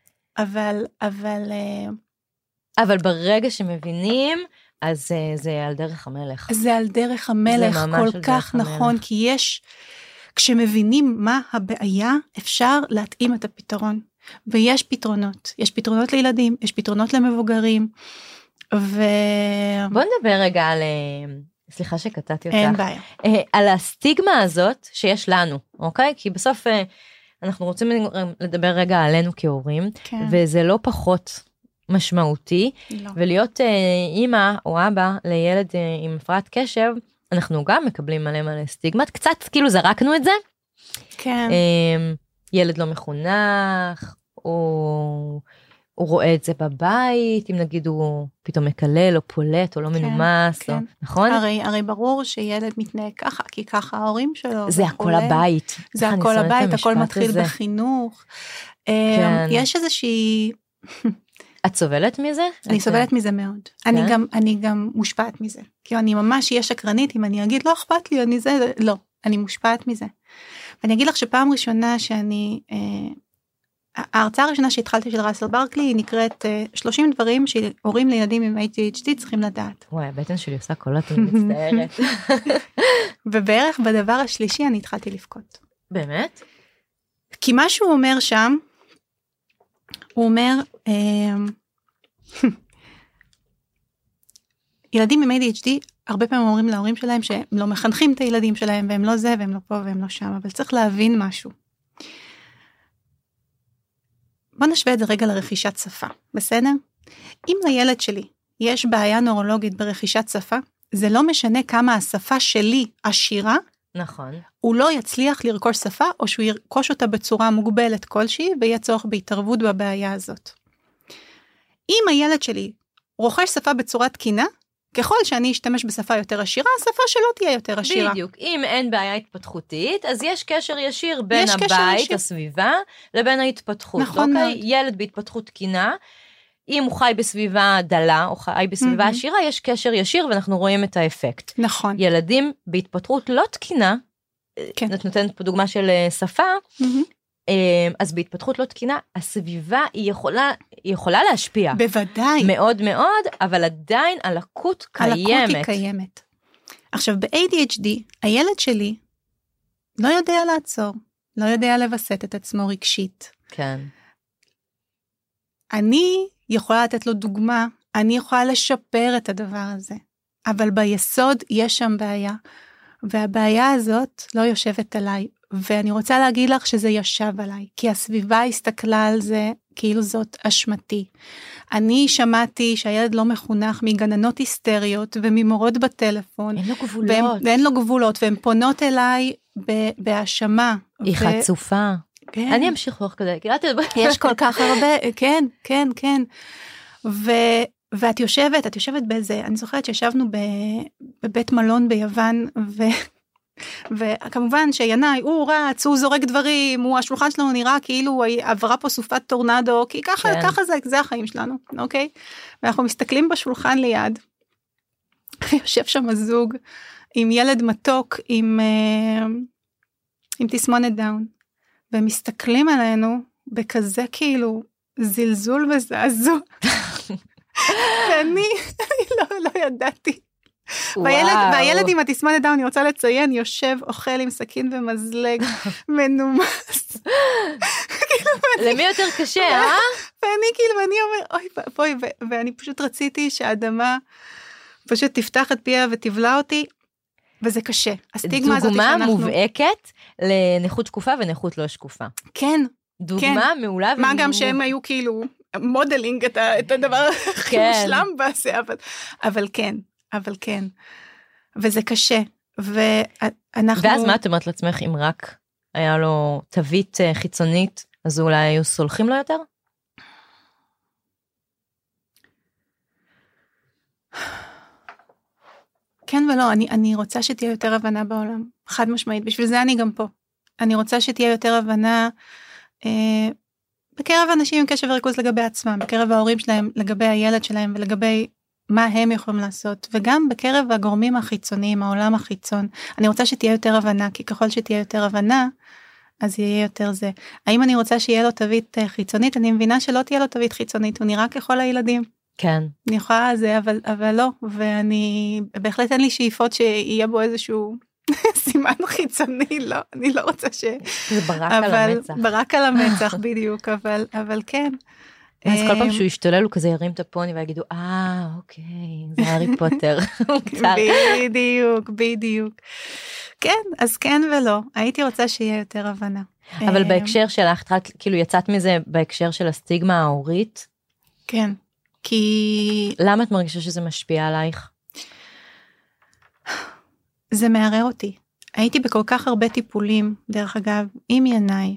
אבל ברגע שמבינים, אז זה על דרך המלך. זה על דרך המלך, כל כך נכון, כי יש... כשמבינים מה הבעיה, אפשר להתאים את הפתרון. ויש פתרונות. יש פתרונות לילדים, יש פתרונות למבוגרים. בוא נדבר רגע על... סליחה שקטעתי אותך. אין בעיה. על הסטיגמה הזאת שיש לנו, אוקיי? כי בסוף אנחנו רוצים לדבר רגע עלינו כהורים, כן. וזה לא פחות משמעותי. לא. ולהיות אימא או אבא לילד עם הפרעת קשב, אנחנו גם מקבלים מלא סטיגמת, קצת כאילו זרקנו את זה. כן. ילד לא מחונך, הוא רואה את זה בבית, אם נגיד הוא פתאום מקלל או פולט או לא מנומס, כן. או, נכון? הרי ברור שילד מתנהג ככה, כי ככה ההורים שלו. זה הכל הבית. זה הכל הבית, הכל מתחיל בחינוך. כן. יש איזושהי... את סובלת מזה? אני סובלת מזה מאוד. אני גם מושפעת מזה. כי אני ממש אהיה שקרנית, אם אני אגיד, לא אכפת לי, אני זה, לא. אני מושפעת מזה. ואני אגיד לך שפעם ראשונה שאני, ההרצאה הראשונה שהתחלתי של ראסל ברקלי, היא נקראת 30 דברים שהורים לילדים עם ADHD צריכים לדעת. וואי, הבטן שלי עושה קולות, אני מצטערת. ובערך בדבר השלישי אני התחלתי לבכות. באמת? כי מה שהוא אומר שם, הוא אומר, ילדים עם ADHD, הרבה פעמים אומרים להורים שלהם שהם לא מחנכים את הילדים שלהם, והם לא זה, והם לא פה, והם לא שם, אבל צריך להבין משהו. בוא נשווה את זה רגע לרכישת שפה, בסדר? אם לילד שלי יש בעיה נורולוגית ברכישת שפה, זה לא משנה כמה השפה שלי עשירה, נכון. הוא לא יצליח לרכוש שפה, או שהוא ירכוש אותה בצורה מוגבלת כלשהי, ויהיה צורך בהתערבות בבעיה הזאת. אם הילד שלי רוכש שפה בצורה תקינה, ככל שאני אשתמש בשפה יותר עשירה, השפה שלו תהיה יותר עשירה. בדיוק. אם אין בעיה התפתחותית, אז יש קשר ישיר בין הבית, הסביבה, לבין ההתפתחות. נכון מאוד. ילד בהתפתחות תקינה, אם הוא חי בסביבה דלה, או חי בסביבה עשירה, יש קשר ישיר, ואנחנו רואים את האפקט. נכון. ילדים בהתפתחות לא תקינה, כן. את נותנת פה דוגמה של שפה, אז בהתפתחות לא תקינה, הסביבה היא יכולה להשפיע. בוודאי. מאוד מאוד, אבל עדיין הלקות קיימת. הלקות היא קיימת. עכשיו, ב-ADHD, הילד שלי לא יודע לעצור, לא יודע לבסט את עצמו רגשית. כן. אני יכולה לתת לו דוגמה, אני יכולה לשפר את הדבר הזה, אבל ביסוד יש שם בעיה, והבעיה הזאת לא יושבת עליי, ואני רוצה להגיד לך שזה ישב עליי, כי הסביבה הסתכלה על זה כאילו זאת אשמתי. אני שמעתי שהילד לא מחונך מגננות היסטריות וממורות בטלפון. אין לו גבולות. ואין לו גבולות, והן פונות אליי בהאשמה. היא חצופה. כן. אני אמשיך לך כזה, יש כל כך הרבה, כן, כן, כן. ואת יושבת באיזה, אני זוכרת שישבנו בבית מלון ביוון, וכמובן שינאי, הוא רץ, הוא זורק דברים, השולחן שלנו נראה כאילו עברה פה סופת טורנדו, כי ככה זה החיים שלנו, אוקיי? ואנחנו מסתכלים בשולחן ליד, יושב שם הזוג עם ילד מתוק, עם תסמונת דאון, והם מסתכלים עלינו בכזה כאילו זלזול וזעזוע. ואני לא ידעתי. והילד עם התסמונת דאון, אני רוצה לציין, יושב, אוכל עם סכין ומזלג, מנומס. למי יותר קשה, אה? ואני אומר, אוי, ואני פשוט רציתי שהאדמה פשוט תפתח את פיה ותבלע אותי, וזה קשה. דוגמה מובהקת לנכות שקופה ונכות לא שקופה. כן. דוגמה מעולה. מה גם שהם היו כאילו מודלינג את הדבר הכי מושלם בזה, אבל כן. וזה קשה. ואז מה את אומרת לעצמך, אם רק היה לו תווית חיצונית, אז אולי היו סולחים לו יותר? כן ולא, אני רוצה שתהיה יותר הבנה בעולם, חד משמעית, בשביל זה אני גם פה. אני רוצה שתהיה יותר הבנה בקרב אנשים עם קשב וריכוז לגבי עצמם, בקרב ההורים שלהם, לגבי הילד שלהם, ולגבי מה הם יכולים לעשות, וגם בקרב הגורמים החיצוניים, העולם החיצון. אני רוצה שתהיה יותר הבנה, כי ככל שתהיה יותר הבנה, אז יהיה יותר זה. האם אני רוצה שיהיה לו תווית חיצונית? אני מבינה שלא תהיה לו תווית חיצונית, הוא נראה ככל הילדים. כן. אני יכולה זה, אבל לא, ואני, בהחלט אין לי שאיפות שיהיה בו איזשהו סימן חיצוני, לא, אני לא רוצה זה ברק על המצח. ברק על המצח, בדיוק, אבל כן. אז כל פעם שהוא ישתולל, הוא כזה ירים את הפוני ויגידו, אוקיי, זה הארי פוטר. בדיוק. כן, אז כן ולא, הייתי רוצה שיהיה יותר הבנה. אבל בהקשר שלך, כאילו יצאת מזה בהקשר של הסטיגמה ההורית? כן, כי... למה את מרגישה שזה משפיע עלייך? זה מערער אותי. הייתי בכל כך הרבה טיפולים, דרך אגב, עם ינאי,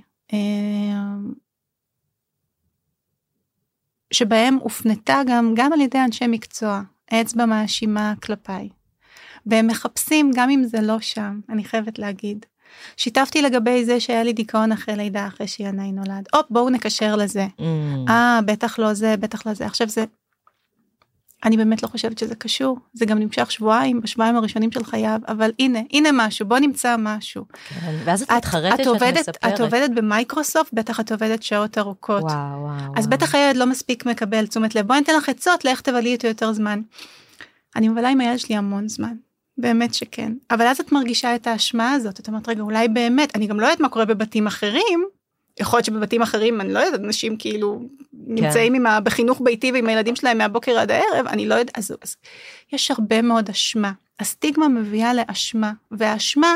שבהם הופנתה גם על ידי אנשי מקצוע, אצבע מאשימה כלפיי. והם מחפשים, גם אם זה לא שם, אני חייבת להגיד. שיתפתי לגבי זה שהיה לי דיכאון אחרי לידה, אחרי שינאי נולד. בואו נקשר לזה. בטח לא זה, בטח לא זה. עכשיו זה, אני באמת לא חושבת שזה קשור. זה גם נמשך בשבועיים הראשונים של חייו, אבל הנה משהו, בוא נמצא משהו. ואז את מתחרטת שאת מספרת. את עובדת במייקרוסופט, בטח את עובדת שעות ארוכות. וואו. אז בטח הילד לא מספיק מקבל תשומת לב. בואי ניתן לך עצות, לאיך תבלי איתו יותר זמן. אני מבלה עם הילד שלי המון זמן. באמת שכן. אבל אז את מרגישה את האשמה הזאת. את אומרת, רגע, אולי באמת, אני גם לא יודעת מה קורה בבתים אחרים. יכול להיות שבבתים אחרים, אני לא יודעת, אנשים כאילו נמצאים בחינוך ביתי ועם הילדים שלהם מהבוקר עד הערב, אני לא יודעת, אז יש הרבה מאוד אשמה. הסטיגמה מביאה לאשמה, והאשמה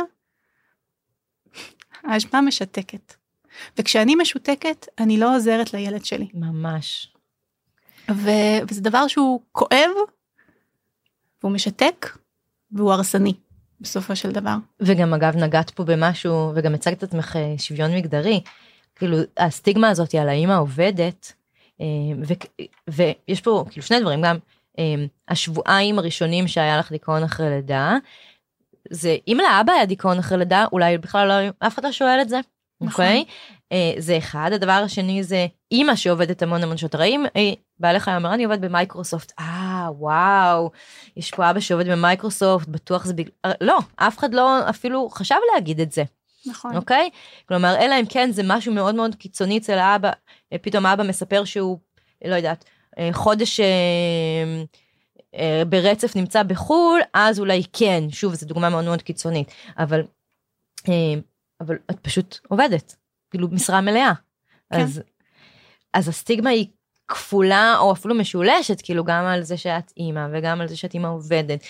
משתקת. וכשאני משותקת, אני לא עוזרת לילד שלי. ממש. וזה דבר שהוא כואב, והוא משתק, והוא הרסני, בסופו של דבר. וגם אגב נגעת פה במשהו, וגם הצגת את עצמך שוויון מגדרי, כאילו הסטיגמה הזאת על האמא עובדת, ויש פה כאילו שני דברים, גם השבועיים הראשונים שהיה לך דיכאון אחרי לידה, זה אם לאבא היה דיכאון אחרי לידה, אולי בכלל לא, אף אחד לא שואל את זה, אוקיי? זה אחד. הדבר השני זה אמא שעובדת המון שעות, רעים, בעליך היה אומר, אני עובד במייקרוסופט, וואו, יש פה אבא שעובד במייקרוסופט, בטוח זה לא, אף אחד לא אפילו חשב להגיד את זה. נכון. אוקיי? כלומר, אלא אם כן זה משהו מאוד מאוד קיצוני אצל האבא, פתאום האבא מספר שהוא, לא יודעת, חודש ברצף נמצא בחול, אז אולי כן, שוב, זו דוגמה מאוד מאוד קיצונית, אבל את פשוט עובדת, כאילו משרה מלאה. כן. אז הסטיגמה היא כפולה, או אפילו משולשת, כאילו גם על זה שאת אימא, וגם על זה שאת אימא עובדת,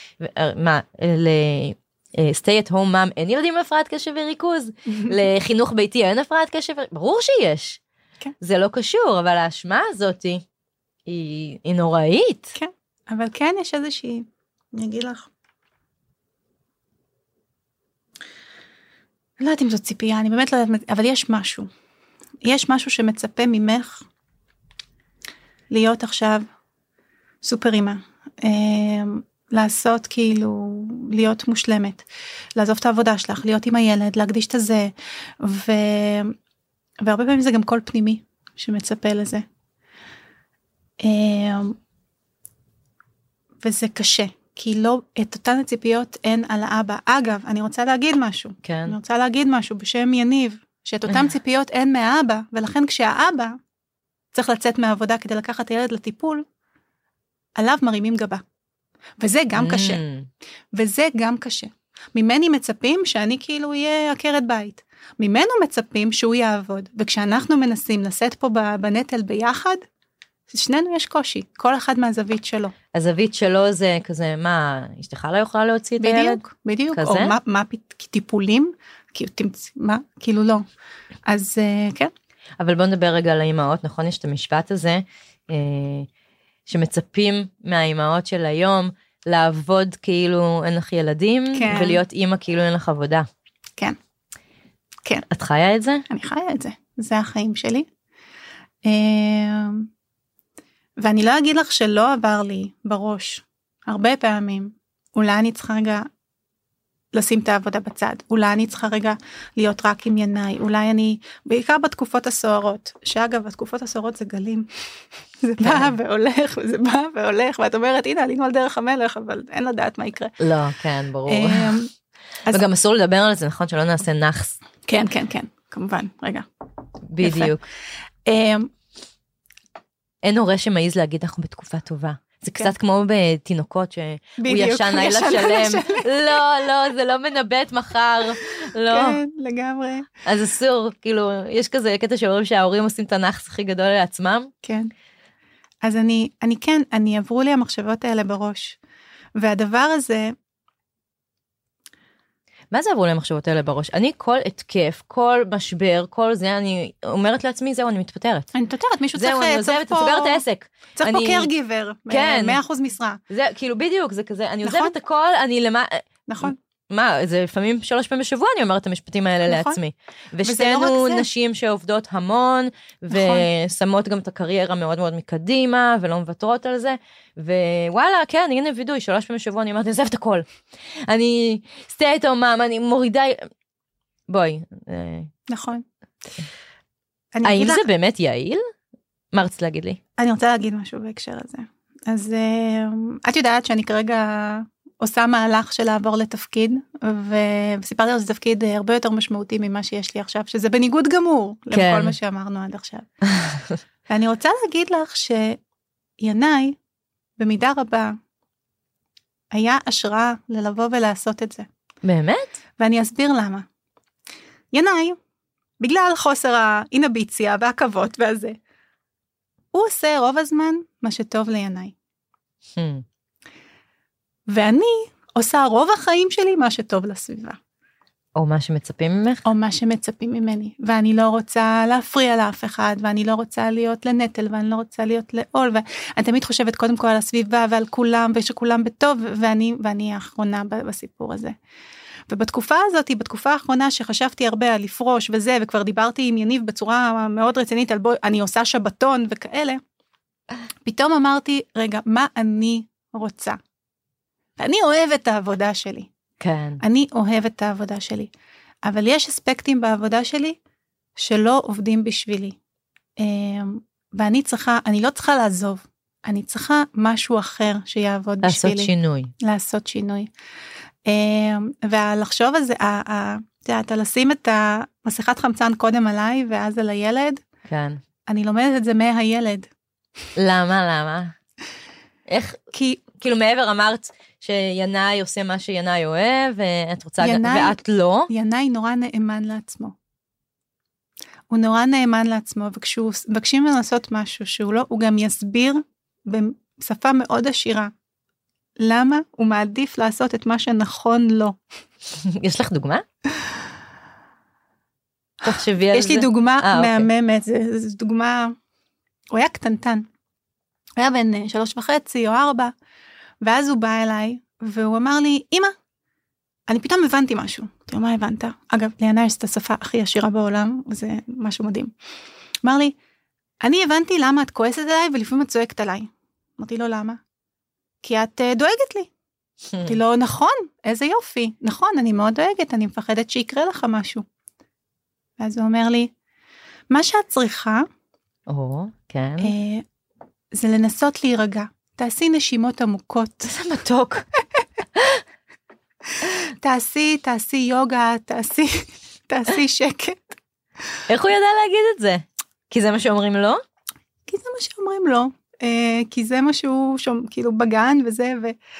stay at home mom, אין ילדים עם הפרעת קשב וריכוז, לחינוך ביתי אין הפרעת קשב וריכוז, ברור שיש. כן. זה לא קשור, אבל האשמה הזאת היא נוראית. כן, אבל כן יש איזושהי, אני אגיד לך, אני לא יודעת אם זאת ציפייה, אני באמת לא יודעת, אבל יש משהו שמצפה ממך, להיות עכשיו סופר אימא, לעשות כאילו, להיות מושלמת, לעזוב את העבודה שלך, להיות עם הילד, להקדיש את זה, והרבה פעמים זה גם קול פנימי שמצפה לזה. וזה קשה, כי לא, את אותן הציפיות אין על האבא. אגב, אני רוצה להגיד משהו. כן. אני רוצה להגיד משהו בשם יניב, שאת אותן ציפיות אין מהאבא, ולכן כשהאבא צריך לצאת מהעבודה כדי לקחת הילד לטיפול, עליו מרימים גבה. וזה גם קשה. וזה גם קשה. ממני מצפים שאני כאילו יהיה עקרת בית. ממנו מצפים שהוא יעבוד. וכשאנחנו מנסים לשאת פה בנטל ביחד, שנינו יש קושי. כל אחד מהזווית שלו. הזווית שלו זה כזה, מה, אשתך לא יכולה להוציא את הילד? בדיוק. כזה? או מה טיפולים? מה? כאילו לא. אז כן. אבל בוא נדבר רגע על האימהות, נכון? יש את המשפט הזה, שמצפים מהאימהות של היום, לעבוד כאילו אין לך ילדים, כן. ולהיות אימא כאילו אין לך עבודה. כן. כן. את חיה את זה? אני חיה את זה. זה החיים שלי. ואני לא אגיד לך שלא עבר לי בראש, הרבה פעמים, אולי אני צריכה רגע לשים את העבודה בצד, אולי אני צריכה רגע להיות רק עם ינאי, אולי אני, בעיקר בתקופות הסוערות, שאגב, התקופות הסוערות זה גלים, זה בא והולך, וזה בא והולך, ואת אומרת, הנה, עלינו על דרך המלך, אבל אין לדעת מה יקרה. לא, כן, ברור. וגם אסור לדבר על זה, נכון, שלא נעשה נחס. כן, כן, כן, כמובן, רגע. בדיוק. אין הורה שמעיז להגיד, אנחנו בתקופה טובה. זה קצת כמו בתינוקות שהוא ישן לילה שלם. לא, זה לא מנבט מחר. לא. כן, לגמרי. אז אסור, כאילו, יש כזה קטע שאומרים שההורים עושים את הנחס הכי גדול לעצמם. כן. אז אני עברו לי המחשבות האלה בראש. והדבר הזה, מה זה עברו לי המחשבות האלה בראש? אני כל התקף, כל משבר, כל זה, אני אומרת לעצמי, זהו, אני מתפטרת. אני מתפטרת, מישהו צריך... זהו, אני עוזבת, תסגר את העסק. צריך פה קרג'יבר, 100% משרה. זה, כאילו, בדיוק, זה כזה, אני עוזבת הכל, אני למה... נכון. מה, זה לפעמים 3 פעמים בשבוע אני אומרת את המשפטים האלה לעצמי. ושתינו נשים שעובדות המון, ושמות גם את הקריירה מאוד מאוד מקדימה, ולא מוותרות על זה, ווואלה, כן, הנה וידוי, 3 פעמים בשבוע אני אומרת, אני עוזבת הכל. אני stay at home mom, אני מורידה... בואי. נכון. האם זה באמת יעיל? מה רצית להגיד לי? אני רוצה להגיד משהו בהקשר הזה. אז את יודעת שאני כרגע... עושה מהלך של לעבור לתפקיד, וסיפרתי על זה תפקיד הרבה יותר משמעותי ממה שיש לי עכשיו, שזה בניגוד גמור, כן. לכל מה שאמרנו עד עכשיו. ואני רוצה להגיד לך שינאי, במידה רבה, היה השראה ללבוא ולעשות את זה. באמת? ואני אסביר למה. ינאי, בגלל חוסר האינביציה והכבוד והזה, הוא עושה רוב הזמן מה שטוב לינאי. ואני עושה רוב החיים שלי מה שטוב לסביבה. או מה שמצפים ממך? או מה שמצפים ממני. ואני לא רוצה להפריע לאף אחד, ואני לא רוצה להיות לנטל, ואני לא רוצה להיות לעול, ואני תמיד חושבת קודם כל על הסביבה ועל כולם, ושכולם בטוב, ואני האחרונה בסיפור הזה. ובתקופה הזאת, בתקופה האחרונה שחשבתי הרבה על לפרוש וזה, וכבר דיברתי עם יניב בצורה מאוד רצינית, על בוא, אני עושה שבתון וכאלה, פתאום אמרתי, רגע, מה אני רוצה? אני אוהבת את העבודה שלי. כן. אני אוהבת את העבודה שלי. אבל יש אספקטים בעבודה שלי שלא עובדים בשבילי. ואני לא צריכה לעזוב. אני צריכה משהו אחר שיעבוד בשבילי. לעשות שינוי. לעשות שינוי. ולחשוב על זה, אתה לשים את המסכת חמצן קודם עליי ואז על הילד. כן. אני לומדת את זה מהילד. למה? איך? כאילו מעבר אמרת שינאי עושה מה שינאי אוהב, ואת רוצה, ואת לא. ינאי נורא נאמן לעצמו. הוא נורא נאמן לעצמו, וכשהוא מבקשים לעשות משהו שהוא לא, הוא גם יסביר בשפה מאוד עשירה, למה הוא מעדיף לעשות את מה שנכון לו. יש לך דוגמה? תחשבי על זה. יש לי דוגמה מהממת, זו דוגמה, הוא היה קטנטן. הוא היה בן 3.5 או 4, ואז הוא בא אליי, והוא אמר לי, אמא, אני פתאום הבנתי משהו. תראו, מה הבנת? אגב, ליאנה יש את השפה הכי עשירה בעולם, וזה משהו מדהים. אמר לי, אני הבנתי למה את כועסת עליי, ולפעמים את צועקת עליי. אמרתי לו, למה? כי את דואגת לי. אמרתי לו, נכון, איזה יופי. נכון, אני מאוד דואגת, אני מפחדת שיקרה לך משהו. ואז הוא אומר לי, מה שאת צריכה, כן. זה לנסות להירגע. תעשי נשימות עמוקות. זה מתוק. תעשי יוגה, תעשי שקט. איך הוא ידע להגיד את זה? כי זה מה שאומרים לו? כי זה מה שאומרים לו. כי זה מה שהוא כאילו בגן וזה,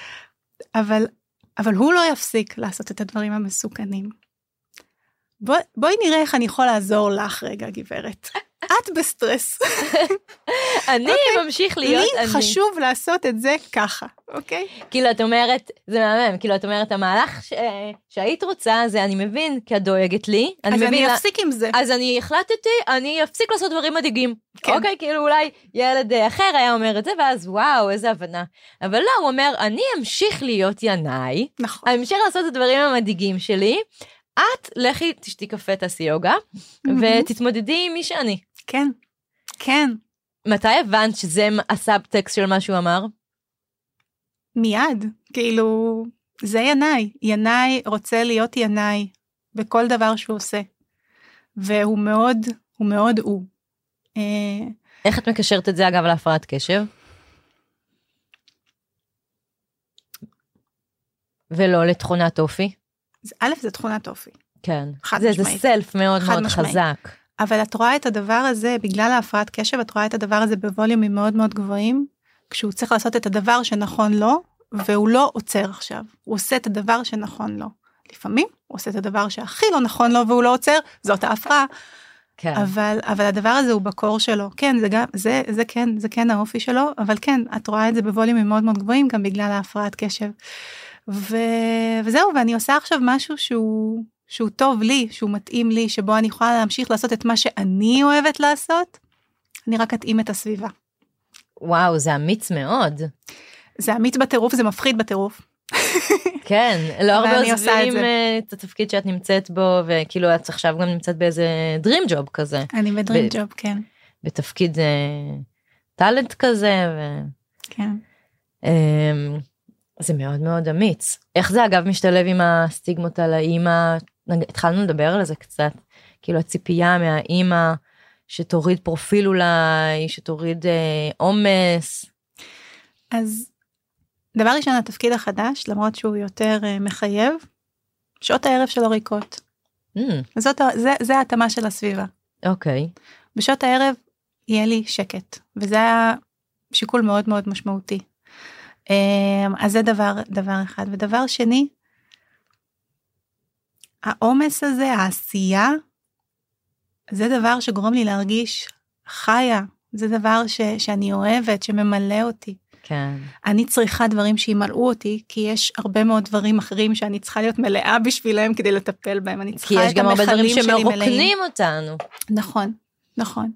אבל הוא לא יפסיק לעשות את הדברים המסוכנים. בואי נראה איך אני יכול לעזור לך רגע, גברת. את בסטרס. אני ממשיך להיות אני. לי חשוב לעשות את זה ככה, אוקיי? כאילו את אומרת, זה מהמם, כאילו את אומרת, המהלך שהיית רוצה, זה אני מבין, כי את דואגת לי. אז אני אפסיק עם זה. אז אני החלטתי, אני אפסיק לעשות דברים מדאיגים. אוקיי, כאילו אולי ילד אחר היה אומר את זה, ואז וואו, איזה הבנה. אבל לא, הוא אומר, אני אמשיך להיות ינאי, אני אמשיך לעשות את הדברים המדאיגים שלי, את לכי תשתי קפה, תעשי יוגה, ותתמודדי עם מי שאני. כן, כן. מתי הבנת שזה הסאבטקסט של מה שהוא אמר? מיד, כאילו, זה ינאי. ינאי רוצה להיות ינאי בכל דבר שהוא עושה. והוא מאוד הוא. איך את מקשרת את זה אגב להפרעת קשב? ולא לתכונת אופי? א', זה תכונת אופי. כן. זה סלף מאוד מאוד חזק. אבל את רואה את הדבר הזה, בגלל ההפרעת קשב, את רואה את הדבר הזה בווליומים מאוד מאוד גבוהים, כשהוא צריך לעשות את הדבר שנכון לו, והוא לא עוצר עכשיו. הוא עושה את הדבר שנכון לו. לפעמים הוא עושה את הדבר שהכי לא נכון לו, והוא לא עוצר, זאת ההפרעה. כן. אבל הדבר הזה הוא בקור שלו. כן, זה כן האופי שלו, אבל כן, את רואה את זה בווליומים מאוד מאוד גבוהים, גם בגלל ההפרעת קשב. וזהו, ואני עושה עכשיו משהו שהוא טוב לי, שהוא מתאים לי, שבו אני יכולה להמשיך לעשות את מה שאני אוהבת לעשות, אני רק אתאים את הסביבה. וואו, זה אמיץ מאוד. זה אמיץ בטירוף, זה מפחיד בטירוף. כן, לא הרבה עוזבים את התפקיד שאת נמצאת בו, וכאילו את עכשיו גם נמצאת באיזה דרים ג'וב כזה. אני בדרים ג'וב, כן. בתפקיד טלנט כזה, כן. זה מאוד מאוד אמיץ. איך זה אגב משתלב עם הסטיגמות על האמא? התחלנו לדבר על זה קצת, כאילו הציפייה מהאמא, שתוריד פרופיל אולי, שתוריד עומס. אז דבר ראשון, התפקיד החדש, למרות שהוא יותר מחייב, שעות הערב שלו ריקות. זה ההתאמה של הסביבה. אוקיי. בשעות הערב יהיה לי שקט, וזה היה שיקול מאוד מאוד משמעותי. אז זה דבר אחד. ודבר שני, העומס הזה, העשייה, זה דבר שגורם לי להרגיש חיה. זה דבר שאני אוהבת, שממלא אותי. כן. אני צריכה דברים שימלאו אותי, כי יש הרבה מאוד דברים אחרים שאני צריכה להיות מלאה בשבילם כדי לטפל בהם. אני צריכה את המחלים שלי מלאים. כי יש גם הרבה דברים שמרוקנים אותנו. נכון, נכון.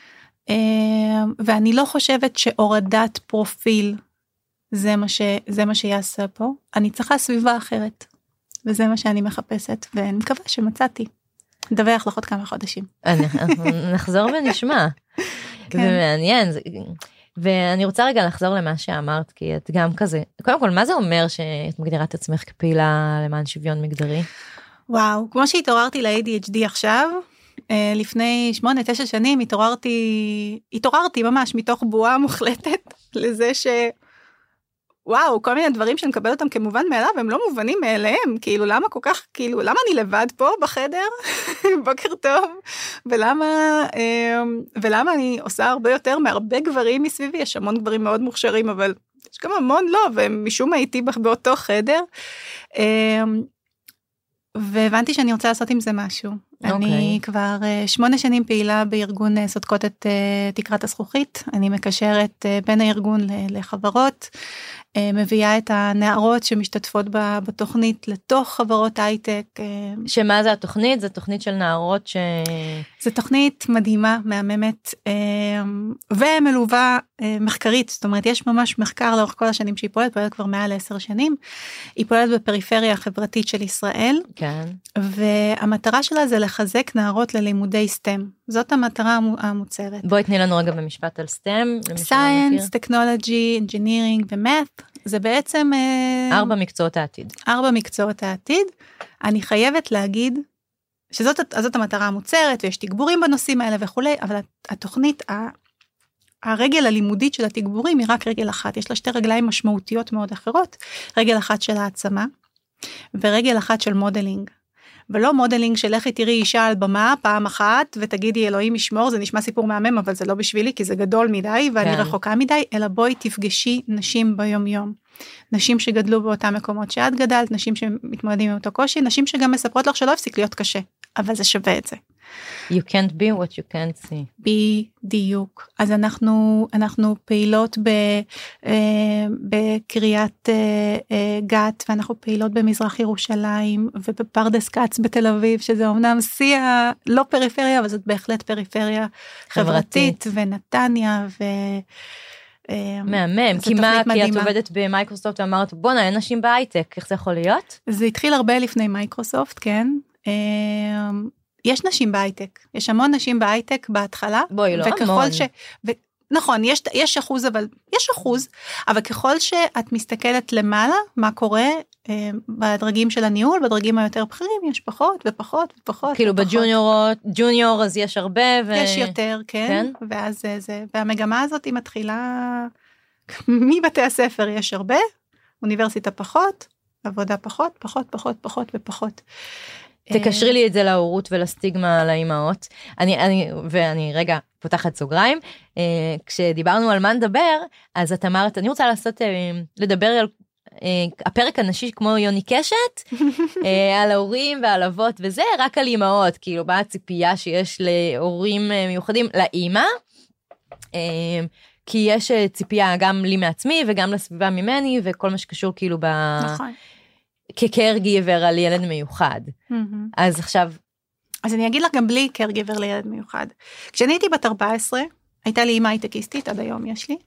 ואני לא חושבת שהורדת פרופיל זה מה שיעשה פה. אני צריכה סביבה אחרת. וזה מה שאני מחפשת, ואני מקווה שמצאתי. נדווח לך עוד כמה חודשים. נחזור ונשמע. זה מעניין. ואני רוצה רגע לחזור למה שאמרת, כי את גם כזה, קודם כל, מה זה אומר שאת מגדירה את עצמך כפעילה למען שוויון מגדרי? וואו, כמו שהתעוררתי ל-ADHD עכשיו, לפני 8-9 שנים התעוררתי ממש מתוך בועה מוחלטת לזה וואו, כל מיני דברים שאני מקבל אותם כמובן מאליו, הם לא מובנים מאליהם, כאילו למה כל כך, כאילו למה אני לבד פה בחדר, בוקר טוב, ולמה אני עושה הרבה יותר מהרבה גברים מסביבי, יש המון גברים מאוד מוכשרים, אבל יש גם המון לא, ומשום מה איתי באותו חדר, והבנתי שאני רוצה לעשות עם זה משהו. אני כבר 8 שנים פעילה בארגון סודקות את תקרת הזכוכית, אני מקשרת בין הארגון לחברות, מביאה את הנערות שמשתתפות בתוכנית לתוך חברות הייטק. שמה זה התוכנית? זו תוכנית של נערות זו תוכנית מדהימה, מהממת, ומלווה מחקרית, זאת אומרת, יש ממש מחקר לאורך כל השנים שהיא פועלת כבר מעל 10 שנים, היא פועלת בפריפריה החברתית של ישראל, כן. והמטרה שלה זה לחזק נערות ללימודי STEM, זאת המטרה המוצהרת. בואי תני לנו רגע במשפט על STEM. Science, Technology, Engineering ו-Math, זה בעצם 4 מקצועות העתיד. 4 מקצועות העתיד. אני חייבת להגיד שזאת המטרה המוצהרת, ויש תגבורים בנושאים האלה וכולי, אבל התוכנית הרגל הלימודית של התגבורים היא רק רגל אחת, יש לה שתי רגליים משמעותיות מאוד אחרות, רגל אחת של העצמה, ורגל אחת של מודלינג. ולא מודלינג של לכי תראי אישה על במה פעם אחת, ותגידי אלוהים ישמור, זה נשמע סיפור מהמם, אבל זה לא בשבילי, כי זה גדול מדי, ואני רחוקה מדי, אלא בואי תפגשי נשים ביום יום. נשים שגדלו באותם מקומות שאת גדלת, נשים שמתמודדים עם אותו קושי, נשים שגם מספרות לך שלא הפסיק להיות קשה, אבל זה שווה את זה. You can't be what you can't see. בדיוק. אז אנחנו פעילות בקריית גת, ואנחנו פעילות במזרח ירושלים, ובפרדס כץ בתל אביב, שזה אומנם לא פריפריה, אבל זאת בהחלט פריפריה חברתית, ונתניה, מהמם, כי מה, כי את עובדת במייקרוסופט, ואמרת, בונה, אין נשים בהייטק, איך זה יכול להיות? זה התחיל הרבה לפני מייקרוסופט, כן. יש נשים בהייטק, יש המון נשים בהייטק בהתחלה. בואי, לא המון. נכון, יש אחוז, אבל ככל שאת מסתכלת למעלה, מה קורה בדרגים של הניהול, בדרגים היותר בכירים, יש פחות ופחות ופחות. כאילו בג'וניור אז יש הרבה. יש יותר, כן. ואז והמגמה הזאת היא מתחילה, מבתי הספר יש הרבה, אוניברסיטה פחות, עבודה פחות, פחות, פחות, פחות ופחות. תקשרי לי את זה להורות ולסטיגמה על האימהות. ואני רגע פותחת סוגריים, כשדיברנו על מה נדבר, אז את אמרת, אני רוצה לדבר על הפרק הנשי כמו יוני קשת, על ההורים ועל אבות וזה, רק על אימהות, כאילו באה הציפייה שיש להורים מיוחדים לאימא, כי יש ציפייה גם לי מעצמי וגם לסביבה ממני, וכל מה שקשור כאילו נכון. כקרגייבר על ילד מיוחד. אז עכשיו... אז אני אגיד לך גם בלי קרגייבר לילד מיוחד. כשאני הייתי בת 14, הייתה לי אימא הייטקיסטית, עד היום יש לי,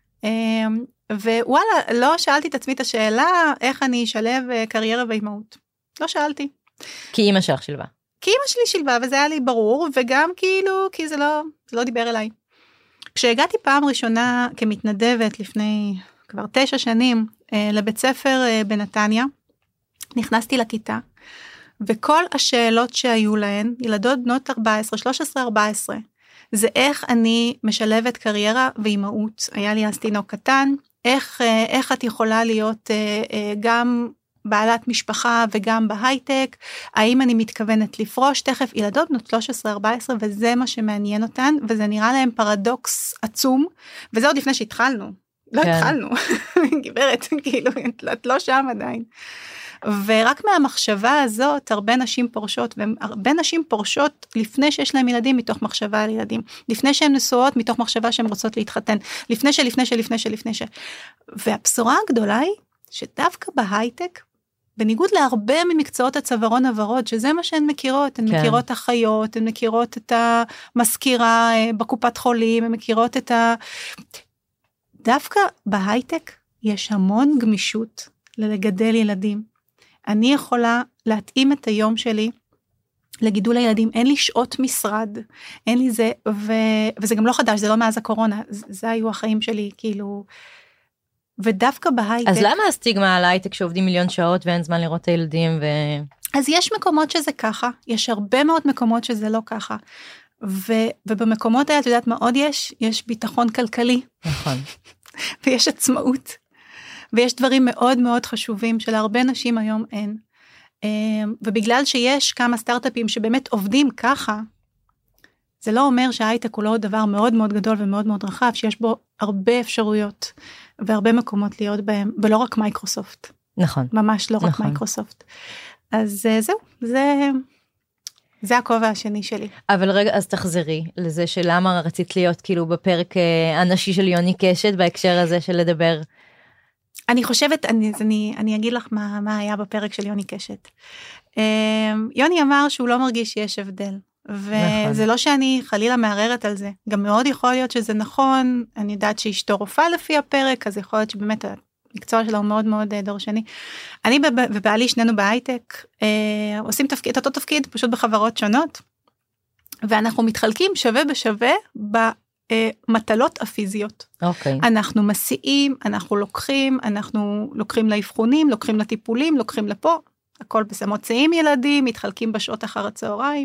ווואלה, לא שאלתי את עצמי את השאלה, איך אני אשלב קריירה ואימהות. לא שאלתי. כי אימא שלך שילבה. כי אימא שלי שילבה, וזה היה לי ברור, וגם כאילו, כי זה לא דיבר אליי. כשהגעתי פעם ראשונה כמתנדבת לפני כבר 9 שנים, לבית ספר בנתניה, נכנסתי לכיתה, וכל השאלות שהיו להן, ילדות בנות 13-14, זה איך אני משלבת קריירה ואימהות. היה לי אז תינוק קטן, איך את יכולה להיות גם בעלת משפחה וגם בהייטק, האם אני מתכוונת לפרוש תכף, ילדות בנות 13-14, וזה מה שמעניין אותן, וזה נראה להם פרדוקס עצום, וזה עוד לפני שהתחלנו. לא התחלנו, גברת, כאילו, את לא שם עדיין. ורק מהמחשבה הזאת, הרבה נשים פורשות, והרבה נשים פורשות לפני שיש להם ילדים, מתוך מחשבה על ילדים, לפני שהן נשואות, מתוך מחשבה שהן רוצות להתחתן, לפני ש... והבשורה הגדולה היא, שדווקא בהייטק, בניגוד להרבה ממקצועות הצווארון הוורוד, שזה מה שהן מכירות, הן מכירות אחיות, הן מכירות את המזכירה בקופת חולים, הן מכירות את דווקא בהייטק, יש המון גמישות ללגדל ילדים. אני יכולה להתאים את היום שלי לגידול הילדים, אין לי שעות משרד, אין לי זה, וזה גם לא חדש, זה לא מאז הקורונה, זה היו החיים שלי, כאילו, ודווקא בהייטק. אז למה הסטיגמה על הייטק שעובדים 1,000,000 שעות ואין זמן לראות את הילדים? אז יש מקומות שזה ככה, יש הרבה מאוד מקומות שזה לא ככה, ובמקומות האלה, את יודעת מה עוד יש? יש ביטחון כלכלי. נכון. ויש עצמאות. ויש דברים מאוד מאוד חשובים שלהרבה נשים היום אין. ובגלל שיש כמה סטארט-אפים שבאמת עובדים ככה, זה לא אומר שההייטק הוא לא דבר מאוד מאוד גדול ומאוד מאוד רחב, שיש בו הרבה אפשרויות והרבה מקומות להיות בהם, ולא רק מייקרוסופט. נכון. ממש לא רק מייקרוסופט. אז זהו, זה הכובע השני שלי. אבל רגע, אז תחזרי לזה שלמה רצית להיות כאילו בפרק הנשי של יוני קשת, בהקשר הזה של לדבר. אני חושבת, אני אגיד לך מה היה בפרק של יוני קשת. יוני אמר שהוא לא מרגיש שיש הבדל, וזה לא שאני חלילה מערערת על זה, גם מאוד יכול להיות שזה נכון, אני יודעת שאשתו רופאה לפי הפרק, אז יכול להיות שבאמת המקצוע שלה הוא מאוד מאוד דורשני. אני ובעלי שנינו בהייטק, עושים את אותו תפקיד, פשוט בחברות שונות, ואנחנו מתחלקים שווה בשווה במטלות הפיזיות. אנחנו מסיעים, אנחנו לוקחים לאבחונים, לוקחים לטיפולים, לוקחים לפה, הכל בסדר, מוציאים ילדים, מתחלקים בשעות אחר הצהריים.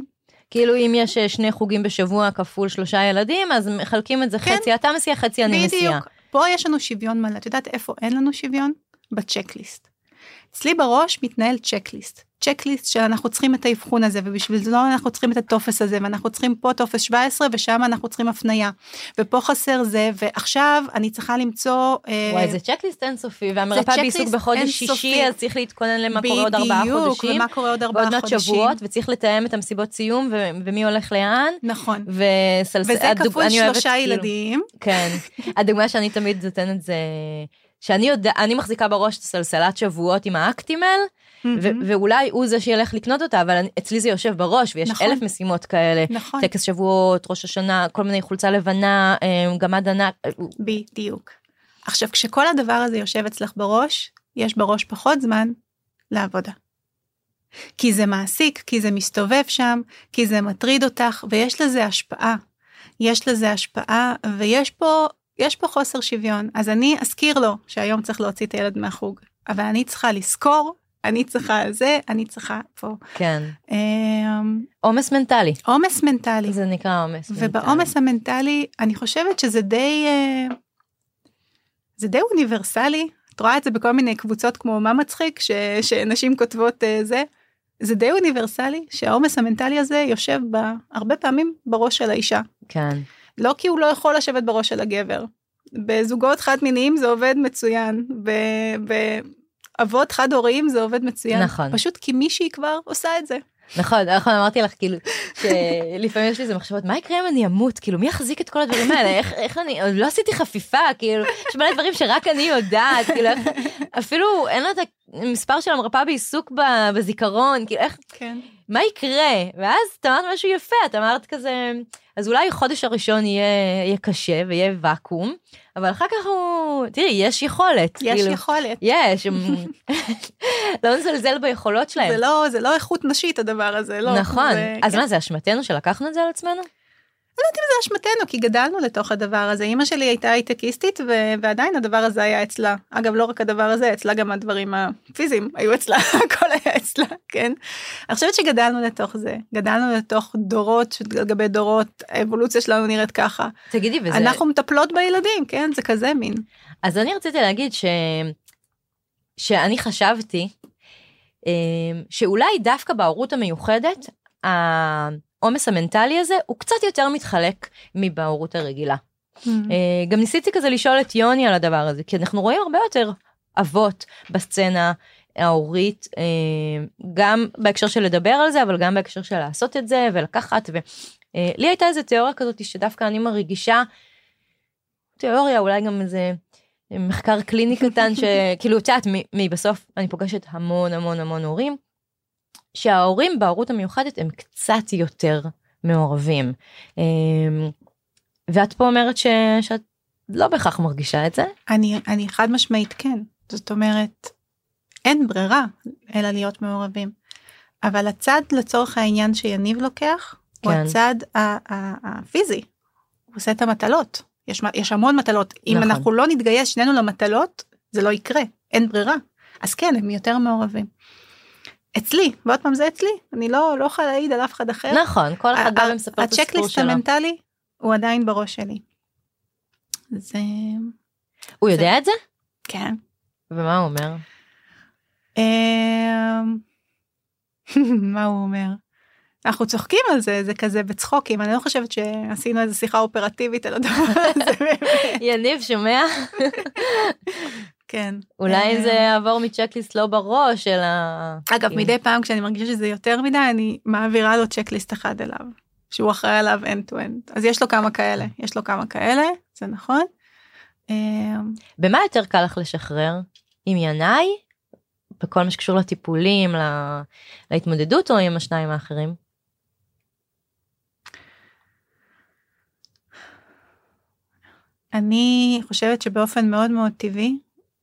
כאילו אם יש 2 חוגים בשבוע כפול 3 ילדים, אז מחלקים את זה חצי, אתה מסיע, חצי אני מסיע. בדיוק, פה יש לנו שוויון מלא, את יודעת איפה אין לנו שוויון? בצ'קליסט. אצלי בראש מתנהל צ'קליסט. צ'קליסט שאנחנו צריכים את האבחון הזה, ובשביל זה אנחנו צריכים את הטופס הזה, ואנחנו צריכים פה טופס 17, ושם אנחנו צריכים הפנייה. ופה חסר זה, ועכשיו אני צריכה למצוא... וואי, זה צ'קליסט אינסופי, והמרפאה בעיסוק בחודש שישי, אז צריך להתכונן למה קורה עוד 4 חודשים. בדיוק, ומה קורה עוד 4 חודשים. ועוד מעט שבועות, וצריך לתאם את המסיבות סיום, ומי הולך לאן. נכון. וזה כפול 3 ילדים. כן. הדוגמה שאני תמיד נותנת זה... שאני מחזיקה בראש את הסלסלת שבועות עם האקטימל, ואולי הוא זה שילך לקנות אותה, אבל אצלי זה יושב בראש, ויש 1000 משימות כאלה, טקס שבועות, ראש השנה, כל מיני חולצה לבנה, גמד ענק. בדיוק. עכשיו, כשכל הדבר הזה יושב אצלך בראש, יש בראש פחות זמן לעבודה. כי זה מעסיק, כי זה מסתובב שם, כי זה מטריד אותך, ויש לזה השפעה. יש לזה השפעה, ויש פה חוסר שוויון, אז אני אזכיר לו שהיום צריך להוציא את הילד מהחוג, אבל אני צריכה לזכור, אני צריכה על זה, אני צריכה פה. כן. עומס מנטלי. עומס מנטלי. זה נקרא עומס מנטלי. ובעומס המנטלי, אני חושבת שזה די אוניברסלי, את רואה את זה בכל מיני קבוצות כמו מה מצחיק, שנשים כותבות זה די אוניברסלי, שהעומס המנטלי הזה יושב הרבה פעמים בראש של האישה. כן. לא כי הוא לא יכול לשבת בראש של הגבר. בזוגות חד מיניים זה עובד מצוין. באבות חד הוריים זה עובד מצוין. נכון. פשוט כי מישהי כבר עושה את זה. נכון, אמרתי לך כאילו, שלפעמים יש לי איזה מחשבות, מה יקרה אם אני אמות? כאילו, מי יחזיק את כל הדברים האלה? איך אני, לא עשיתי חפיפה, כאילו, יש מלא דברים שרק אני יודעת, כאילו, אפילו אין לה את המספר של המרפאה בעיסוק בזיכרון, כאילו, איך, מה יקרה? ואז את אמרת משהו יפה, את אמרת כזה, אז אולי החודש הראשון יהיה קשה ויהיה ואקום, אבל אחר כך תראי, יש יכולת. יש יכולת. יש. לא נזלזל ביכולות שלהם. זה לא איכות נשית הדבר הזה. נכון. אז מה, זה אשמתנו שלקחנו את זה על עצמנו? אני לא יודעת אם זה אשמתנו, כי גדלנו לתוך הדבר הזה. אמא שלי הייתה הייטקיסטית, ועדיין הדבר הזה היה אצלה. אגב, לא רק הדבר הזה, אצלה גם הדברים הפיזיים היו אצלה, הכל היה אצלה, כן? אני חושבת שגדלנו לתוך זה. גדלנו לתוך דורות, על גבי דורות, האבולוציה שלנו נראית ככה. תגידי, וזה... אנחנו מטפלות בילדים, כן? זה כזה מין. אז אני רציתי להגיד שאני חשבתי, שאולי דווקא בהורות המיוחדת, העומס המנטלי הזה הוא קצת יותר מתחלק מבהורות הרגילה. גם ניסיתי כזה לשאול את יוני על הדבר הזה, כי אנחנו רואים הרבה יותר אבות בסצנה ההורית, גם בהקשר של לדבר על זה, אבל גם בהקשר של לעשות את זה ולקחת, ולי הייתה איזו תיאוריה כזאת שדווקא אני מרגישה, תיאוריה אולי גם איזה מחקר קליני קטן, שכאילו יודעת, מבסוף אני פוגשת המון המון המון הורים, שההורים בהורות המיוחדת הם קצת יותר מעורבים. ואת פה אומרת שאת לא בהכרח מרגישה את זה? אני חד משמעית כן. זאת אומרת, אין ברירה אלא להיות מעורבים. אבל הצד לצורך העניין שיניב לוקח, הוא הצד הפיזי. הוא עושה את המטלות. יש המון מטלות. אם אנחנו לא נתגייס שנינו למטלות, זה לא יקרה. אין ברירה. אז כן, הם יותר מעורבים. אצלי, ועוד פעם זה אצלי, אני לא יכולה להעיד על אף אחד אחר. נכון, כל אחד בא ומספר את הסיפור שלו. הצ'קליסט המנטלי הוא עדיין בראש שלי. הוא יודע את זה? כן. ומה הוא אומר? מה הוא אומר? אנחנו צוחקים על זה, זה כזה בצחוקים, אני לא חושבת שעשינו איזו שיחה אופרטיבית על הדבר הזה. יניב, שומע? כן. אולי זה יעבור מצ'קליסט לא בראש, אלא... אגב, מדי פעם כשאני מרגישה שזה יותר מדי, אני מעבירה לו צ'קליסט אחד אליו, שהוא אחראי עליו end to end. אז יש לו כמה כאלה, זה נכון. במה יותר קל לך לשחרר? עם ינאי? בכל מה שקשור לטיפולים, להתמודדות, או עם השניים האחרים? אני חושבת שבאופן מאוד מאוד טבעי,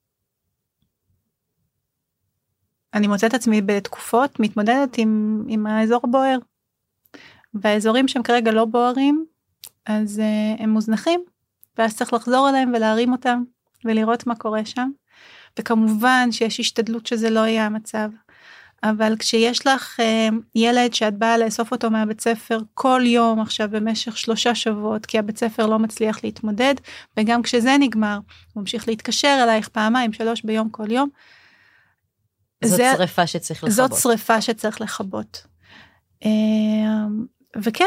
אני מוצאת עצמי בתקופות, מתמודדת עם האזור בוער. והאזורים שהם כרגע לא בוערים, אז הם מוזנחים, ואז צריך לחזור אליהם ולהרים אותם, ולראות מה קורה שם. וכמובן שיש השתדלות שזה לא יהיה המצב. אבל כשיש לך ילד שאת באה לאסוף אותו מהבית ספר כל יום עכשיו במשך 3 שבועות, כי הבית ספר לא מצליח להתמודד, וגם כשזה נגמר, הוא ממשיך להתקשר אלייך 2-3 ביום כל יום. זאת שריפה שצריך לכבות. זאת שריפה שצריך לכבות. וכן,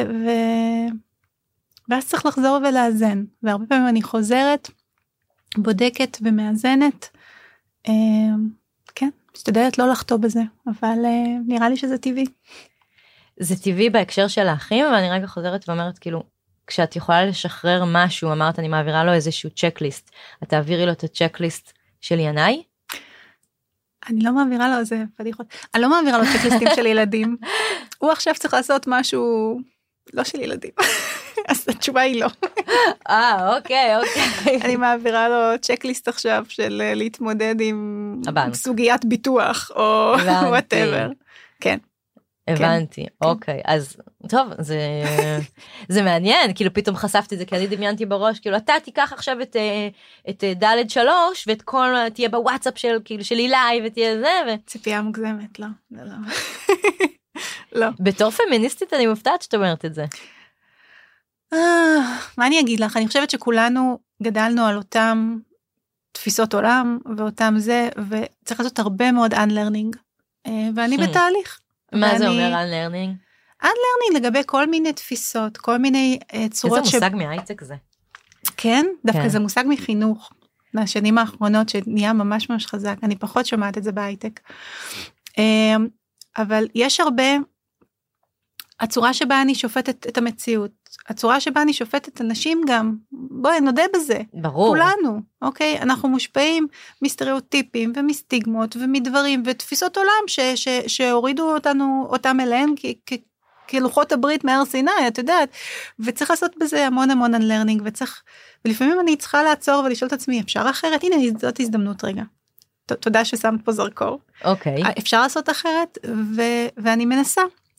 ואז צריך לחזור ולאזן, והרבה פעמים אני חוזרת, בודקת ומאזנת, כן, משתדלת לא לחטוא בזה, אבל נראה לי שזה טבעי. זה טבעי בהקשר של האחים, אבל אני רגע חוזרת ואומרת, כאילו, כשאת יכולה לשחרר משהו, אמרת, אני מעבירה לו איזשהו צ'קליסט, את תעבירי לו את הצ'קליסט של ינאי? אני לא מעבירה לו איזה פדיחות, אני לא מעבירה לו צ'קליסטים של ילדים, הוא עכשיו צריך לעשות משהו לא של ילדים, אז התשובה היא לא. אוקיי. אני מעבירה לו צ'קליסט עכשיו של להתמודד עם סוגיית ביטוח או whatever. כן. הבנתי, אוקיי, אז טוב, זה מעניין, כאילו פתאום חשפתי את זה, כי אני דמיינתי בראש, כאילו אתה תיקח עכשיו את ד' 3, ואת כל, תהיה בוואטסאפ של אילי, ותהיה זה, ציפייה מוגזמת, לא, זה לא. לא. בתור פמיניסטית אני מופתעת שאת אומרת את זה. מה אני אגיד לך, אני חושבת שכולנו גדלנו על אותם תפיסות עולם, ואותם זה, וצריך לעשות הרבה מאוד unlearning, ואני בתהליך. מה זה אומר unlearning? unlearning לגבי כל מיני תפיסות, כל מיני צורות. איזה מושג מהייטק זה? כן, דווקא זה מושג מחינוך, מהשנים האחרונות שנהיה ממש ממש חזק, אני פחות שומעת את זה בהייטק. אבל יש הרבה, הצורה שבה אני שופטת את המציאות, הצורה שבה אני שופטת אנשים גם, בואי נודה בזה, ברור. כולנו, אוקיי? אנחנו מושפעים מסטריאוטיפים ומסטיגמות ומדברים ותפיסות עולם שהורידו אותם אליהם כלוחות הברית מהר סיני, את יודעת, וצריך לעשות בזה המון המון unlearning, ולפעמים אני צריכה לעצור ולשאול את עצמי, אפשר אחרת? הנה, זאת הזדמנות רגע. תודה ששמת פה זרקור. אוקיי. אפשר לעשות אחרת, ואני מנסה.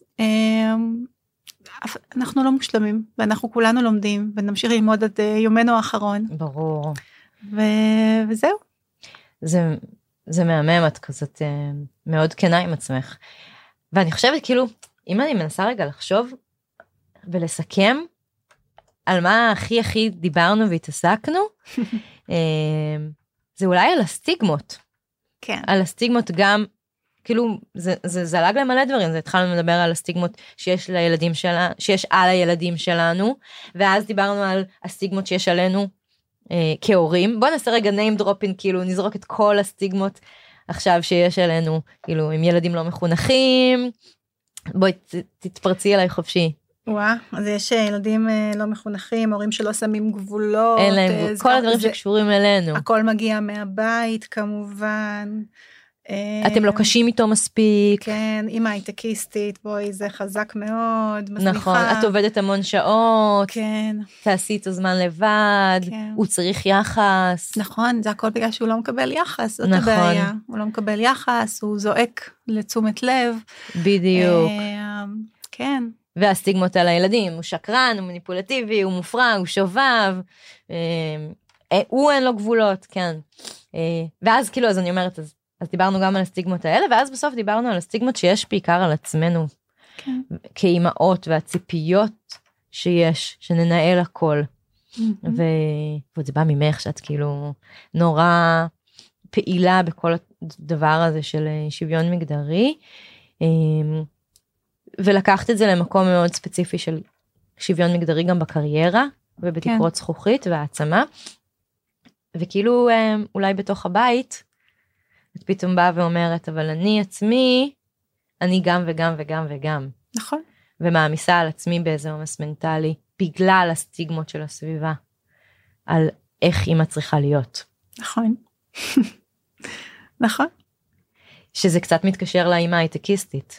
אנחנו לא מושלמים, ואנחנו כולנו לומדים, ונמשיך ללמוד עד יומנו האחרון. ברור. וזהו. זה מהמם, את כזאת מאוד כנה עם עצמך. ואני חושבת, כאילו, אם אני מנסה רגע לחשוב, ולסכם, על מה הכי דיברנו והתעסקנו, זה אולי על הסטיגמות. כן. על הסטיגמות גם, כאילו, זה זלג למלא דברים, זה התחלנו לדבר על הסטיגמות שיש לילדים שלנו, שיש על הילדים שלנו, ואז דיברנו על הסטיגמות שיש עלינו כהורים. בוא נעשה רגע name dropping, כאילו, נזרוק את כל הסטיגמות עכשיו שיש עלינו, כאילו, עם ילדים לא מחונכים, בואי תתפרצי אליי חופשי. אז יש ילדים לא מחונכים, הורים שלא שמים גבולות. אין להם, כל הדברים שקשורים אלינו. הכל מגיע מהבית כמובן. אתם לא קשים איתו מספיק. כן, אמא הייטקיסטית, בואי, זה חזק מאוד, מזניחה. נכון, את עובדת המון שעות. כן. תעשי איתו זמן לבד, הוא צריך יחס. נכון, זה הכל בגלל שהוא לא מקבל יחס, זאת הבעיה. הוא לא מקבל יחס, הוא זועק לתשומת לב. בדיוק. כן. והסטיגמות על הילדים, הוא שקרן, הוא מניפולטיבי, הוא מופרע, הוא שובב, הוא אין לו גבולות, כן. ואז כאילו, אז אני אומרת, אז דיברנו גם על הסטיגמות האלה, ואז בסוף דיברנו על הסטיגמות שיש בעיקר על עצמנו, כן. כאימהות, והציפיות שיש, שננהל הכל. וזה בא ממך, שאת כאילו נורא פעילה בכל הדבר הזה של שוויון מגדרי, ולקחת את זה למקום מאוד ספציפי של שוויון מגדרי גם בקריירה, ובתקרות זכוכית והעצמה, וכאילו אולי בתוך הבית, את פתאום באה ואומרת, אבל אני עצמי, אני גם וגם וגם וגם. נכון. ומעמיסה על עצמי באיזה עומס מנטלי, בגלל הסטיגמות של הסביבה, על איך אמא צריכה להיות. נכון. נכון. שזה קצת מתקשר לאמא הייטקיסטית.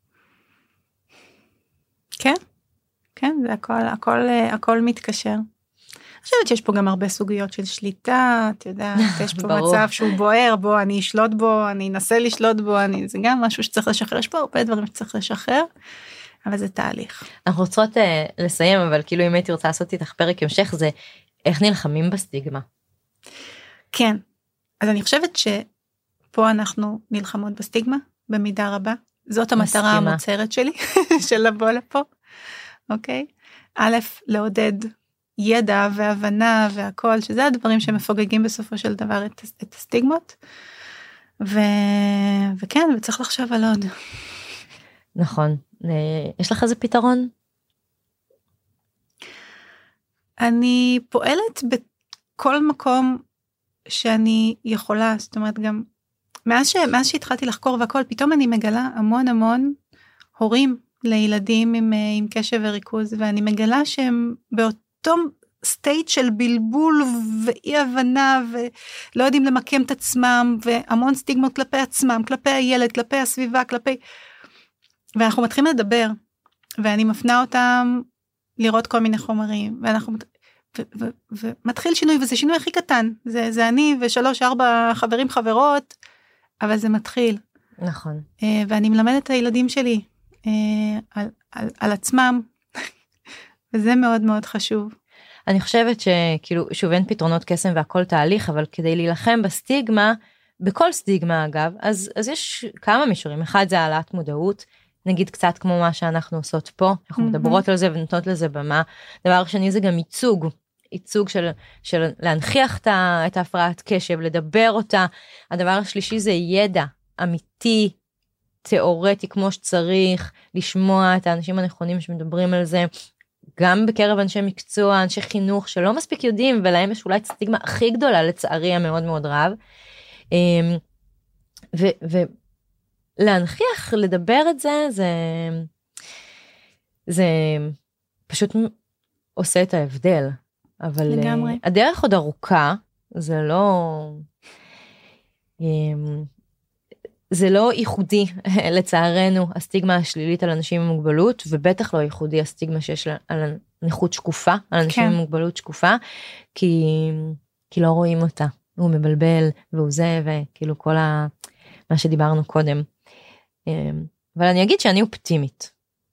כן, כן, זה הכל מתקשר. אני חושבת שיש פה גם הרבה סוגיות של שליטה, אתה יודע, יש פה מצב שהוא בוער בו, אני אשלוט בו, אני אנסה לשלוט בו, זה גם משהו שצריך לשחרר, יש פה הרבה דברים שצריך לשחרר, אבל זה תהליך. אנחנו רוצות לסיים, אבל כאילו אם הייתי רוצה לעשות איתך פרק המשך, זה איך נלחמים בסטיגמה. כן, אז אני חושבת שפה אנחנו נלחמות בסטיגמה, במידה רבה. זאת המטרה המוצהרת שלי, של לבוא לפה. אוקיי? א', לעודד ידע והבנה והכל, שזה הדברים שמפוגגים בסופו של דבר את הסטיגמות. וכן, וצריך לחשוב על עוד. נכון. יש לך איזה פתרון? אני פועלת בכל מקום שאני יכולה, זאת אומרת גם, מאז שהתחלתי לחקור והכל, פתאום אני מגלה המון הורים לילדים עם קשב וריכוז, ואני מגלה שהם באותו סטייט של בלבול ואי הבנה, ולא יודעים למקם את עצמם, והמון סטיגמות כלפי עצמם, כלפי הילד, כלפי הסביבה, ואנחנו מתחילים לדבר, ואני מפנה אותם לראות כל מיני חומרים, ומתחיל שינוי, וזה שינוי הכי קטן, זה אני ו3-4 חברים חברות, אבל זה מתחיל. נכון. ואני מלמדת את הילדים שלי על עצמם, וזה מאוד מאוד חשוב. אני חושבת שכאילו, שוב אין פתרונות קסם והכל תהליך, אבל כדי להילחם בסטיגמה, בכל סטיגמה אגב, אז יש כמה מישורים. אחד זה העלאת מודעות, נגיד קצת כמו מה שאנחנו עושות פה, אנחנו מדברות על זה ונותנות לזה במה. דבר שני זה גם ייצוג של להנכיח את ההפרעת קשב, לדבר אותה. הדבר השלישי זה ידע אמיתי, תיאורטי כמו שצריך, לשמוע את האנשים הנכונים שמדברים על זה, גם בקרב אנשי מקצוע, אנשי חינוך שלא מספיק יודעים, ולהם יש אולי סטיגמה הכי גדולה לצערי המאוד מאוד רב. להנכיח, לדבר את זה פשוט עושה את ההבדל. אבל לגמרי. הדרך עוד ארוכה, זה לא ייחודי לצערנו הסטיגמה השלילית על אנשים עם מוגבלות, ובטח לא ייחודי הסטיגמה שיש על נכות שקופה, על אנשים עם מוגבלות שקופה, כי לא רואים אותה, הוא מבלבל והוא זה, וכאילו כל מה שדיברנו קודם. אבל אני אגיד שאני אופטימית,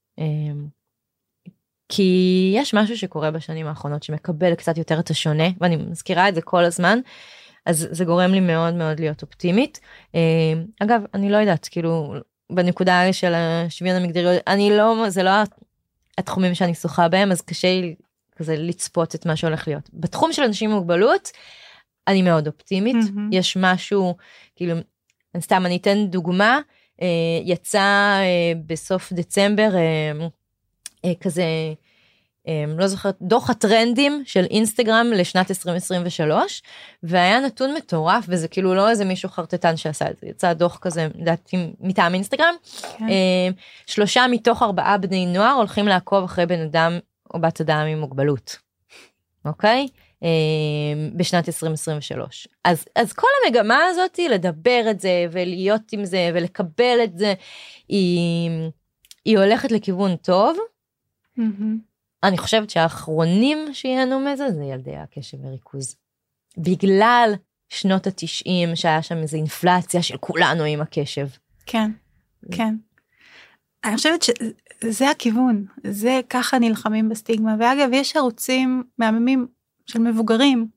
כי יש משהו שקורה בשנים האחרונות שמקבל קצת יותר את השונה, ואני מזכירה את זה כל הזמן, אז זה גורם לי מאוד מאוד להיות אופטימית. אגב, אני לא יודעת, כאילו, בנקודה של השוויון המגדרי, זה לא התחומים שאני שוחה בהם, אז קשה לי כזה לצפות את מה שהולך להיות. בתחום של אנשים עם מוגבלות, אני מאוד אופטימית, יש משהו, כאילו, סתם אני אתן דוגמה, יצא בסוף דצמבר, כזה, לא זוכרת, דוח הטרנדים של אינסטגרם לשנת 2023, והיה נתון מטורף, וזה כאילו לא איזה מישהו חרטטן שעשה את זה, יצא דוח כזה, לדעתי, מטעם אינסטגרם, 3 מתוך 4 בני נוער הולכים לעקוב אחרי בן אדם או בת אדם עם מוגבלות, אוקיי? בשנת 2023. אז כל המגמה הזאת, לדבר את זה, ולהיות עם זה, ולקבל את זה, היא הולכת לכיוון טוב, אני חושבת שהאחרונים שיהנו מזה, זה ילדי הקשב וריכוז. בגלל שנות ה-90, שהיה שם איזו אינפלציה של כולנו עם הקשב. כן, כן. אני חושבת שזה הכיוון, זה ככה נלחמים בסטיגמה, ואגב, יש ערוצים מהממים של מבוגרים,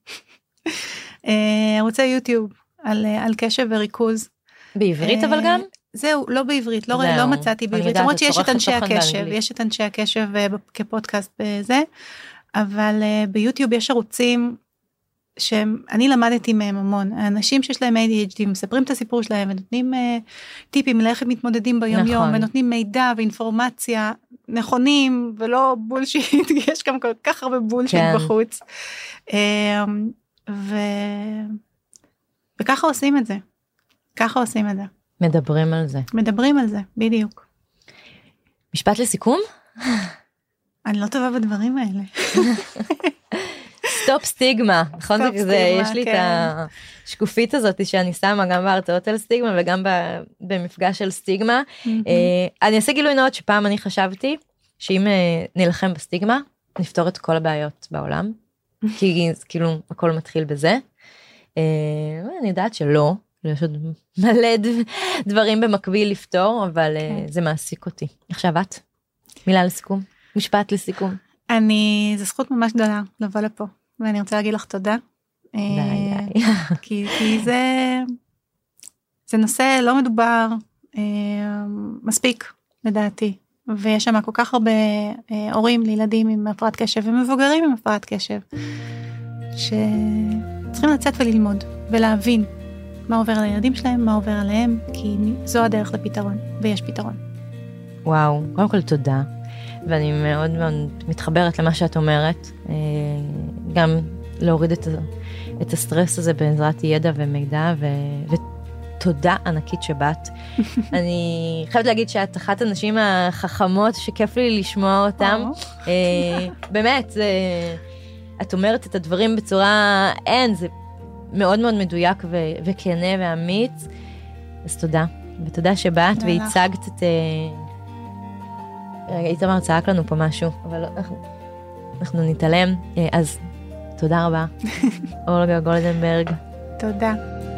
ערוצי יוטיוב על קשב וריכוז. בעברית אבל גם? זהו, לא בעברית, לא מצאתי בעברית, למרות שיש את אנשי הקשב, יש את אנשי הקשב כפודקאסט בזה, אבל ביוטיוב יש ערוצים שאני למדתי מהם המון, האנשים שיש להם ADHD מספרים את הסיפור שלהם, ונותנים טיפים לאיך הם מתמודדים ביום יום, ונותנים מידע ואינפורמציה נכונים, ולא בולשיט, יש גם כל כך הרבה בולשיט בחוץ, וככה עושים את זה, ככה עושים את זה. מדברים על זה. מדברים על זה, בדיוק. משפט לסיכום? אני לא טובה בדברים האלה. סטופ סטיגמה, נכון? יש לי את השקופית הזאת שאני שמה גם בהרצאות על סטיגמה וגם במפגש של סטיגמה. אני אעשה גילוי נאות שפעם אני חשבתי שאם נלחם בסטיגמה, נפתור את כל הבעיות בעולם, כי כאילו הכל מתחיל בזה. אני יודעת שלא, יש עוד מלא דברים במקביל לפתור, אבל זה מעסיק אותי. עכשיו את, מילה לסיכום, משפט לסיכום. זו זכות ממש גדולה לבוא לפה, ואני רוצה להגיד לך תודה. די. כי זה נושא לא מדובר, מספיק, לדעתי. ויש שם כל כך הרבה הורים לילדים עם הפרעת קשב, ומבוגרים עם הפרעת קשב, שצריכים לצאת וללמוד, ולהבין מה עובר על הילדים שלהם, מה עובר עליהם, כי זו הדרך לפתרון, ויש פתרון. וואו, קודם כל תודה. ואני מאוד מאוד מתחברת למה שאת אומרת, גם להוריד את הסטרס הזה בעזרת ידע ומידע, ותודה ענקית שבאת. אני חייבת להגיד שאת אחת הנשים החכמות שכיף לי לשמוע אותם. באמת, את אומרת את הדברים בצורה, זה מאוד מאוד מדויק וכנה ואמיץ. אז תודה, ותודה שבאת והצגת את... רגע, איתמר צעק לנו פה משהו, אבל אנחנו נתעלם, אז תודה רבה. אולגה גולדנברג. תודה.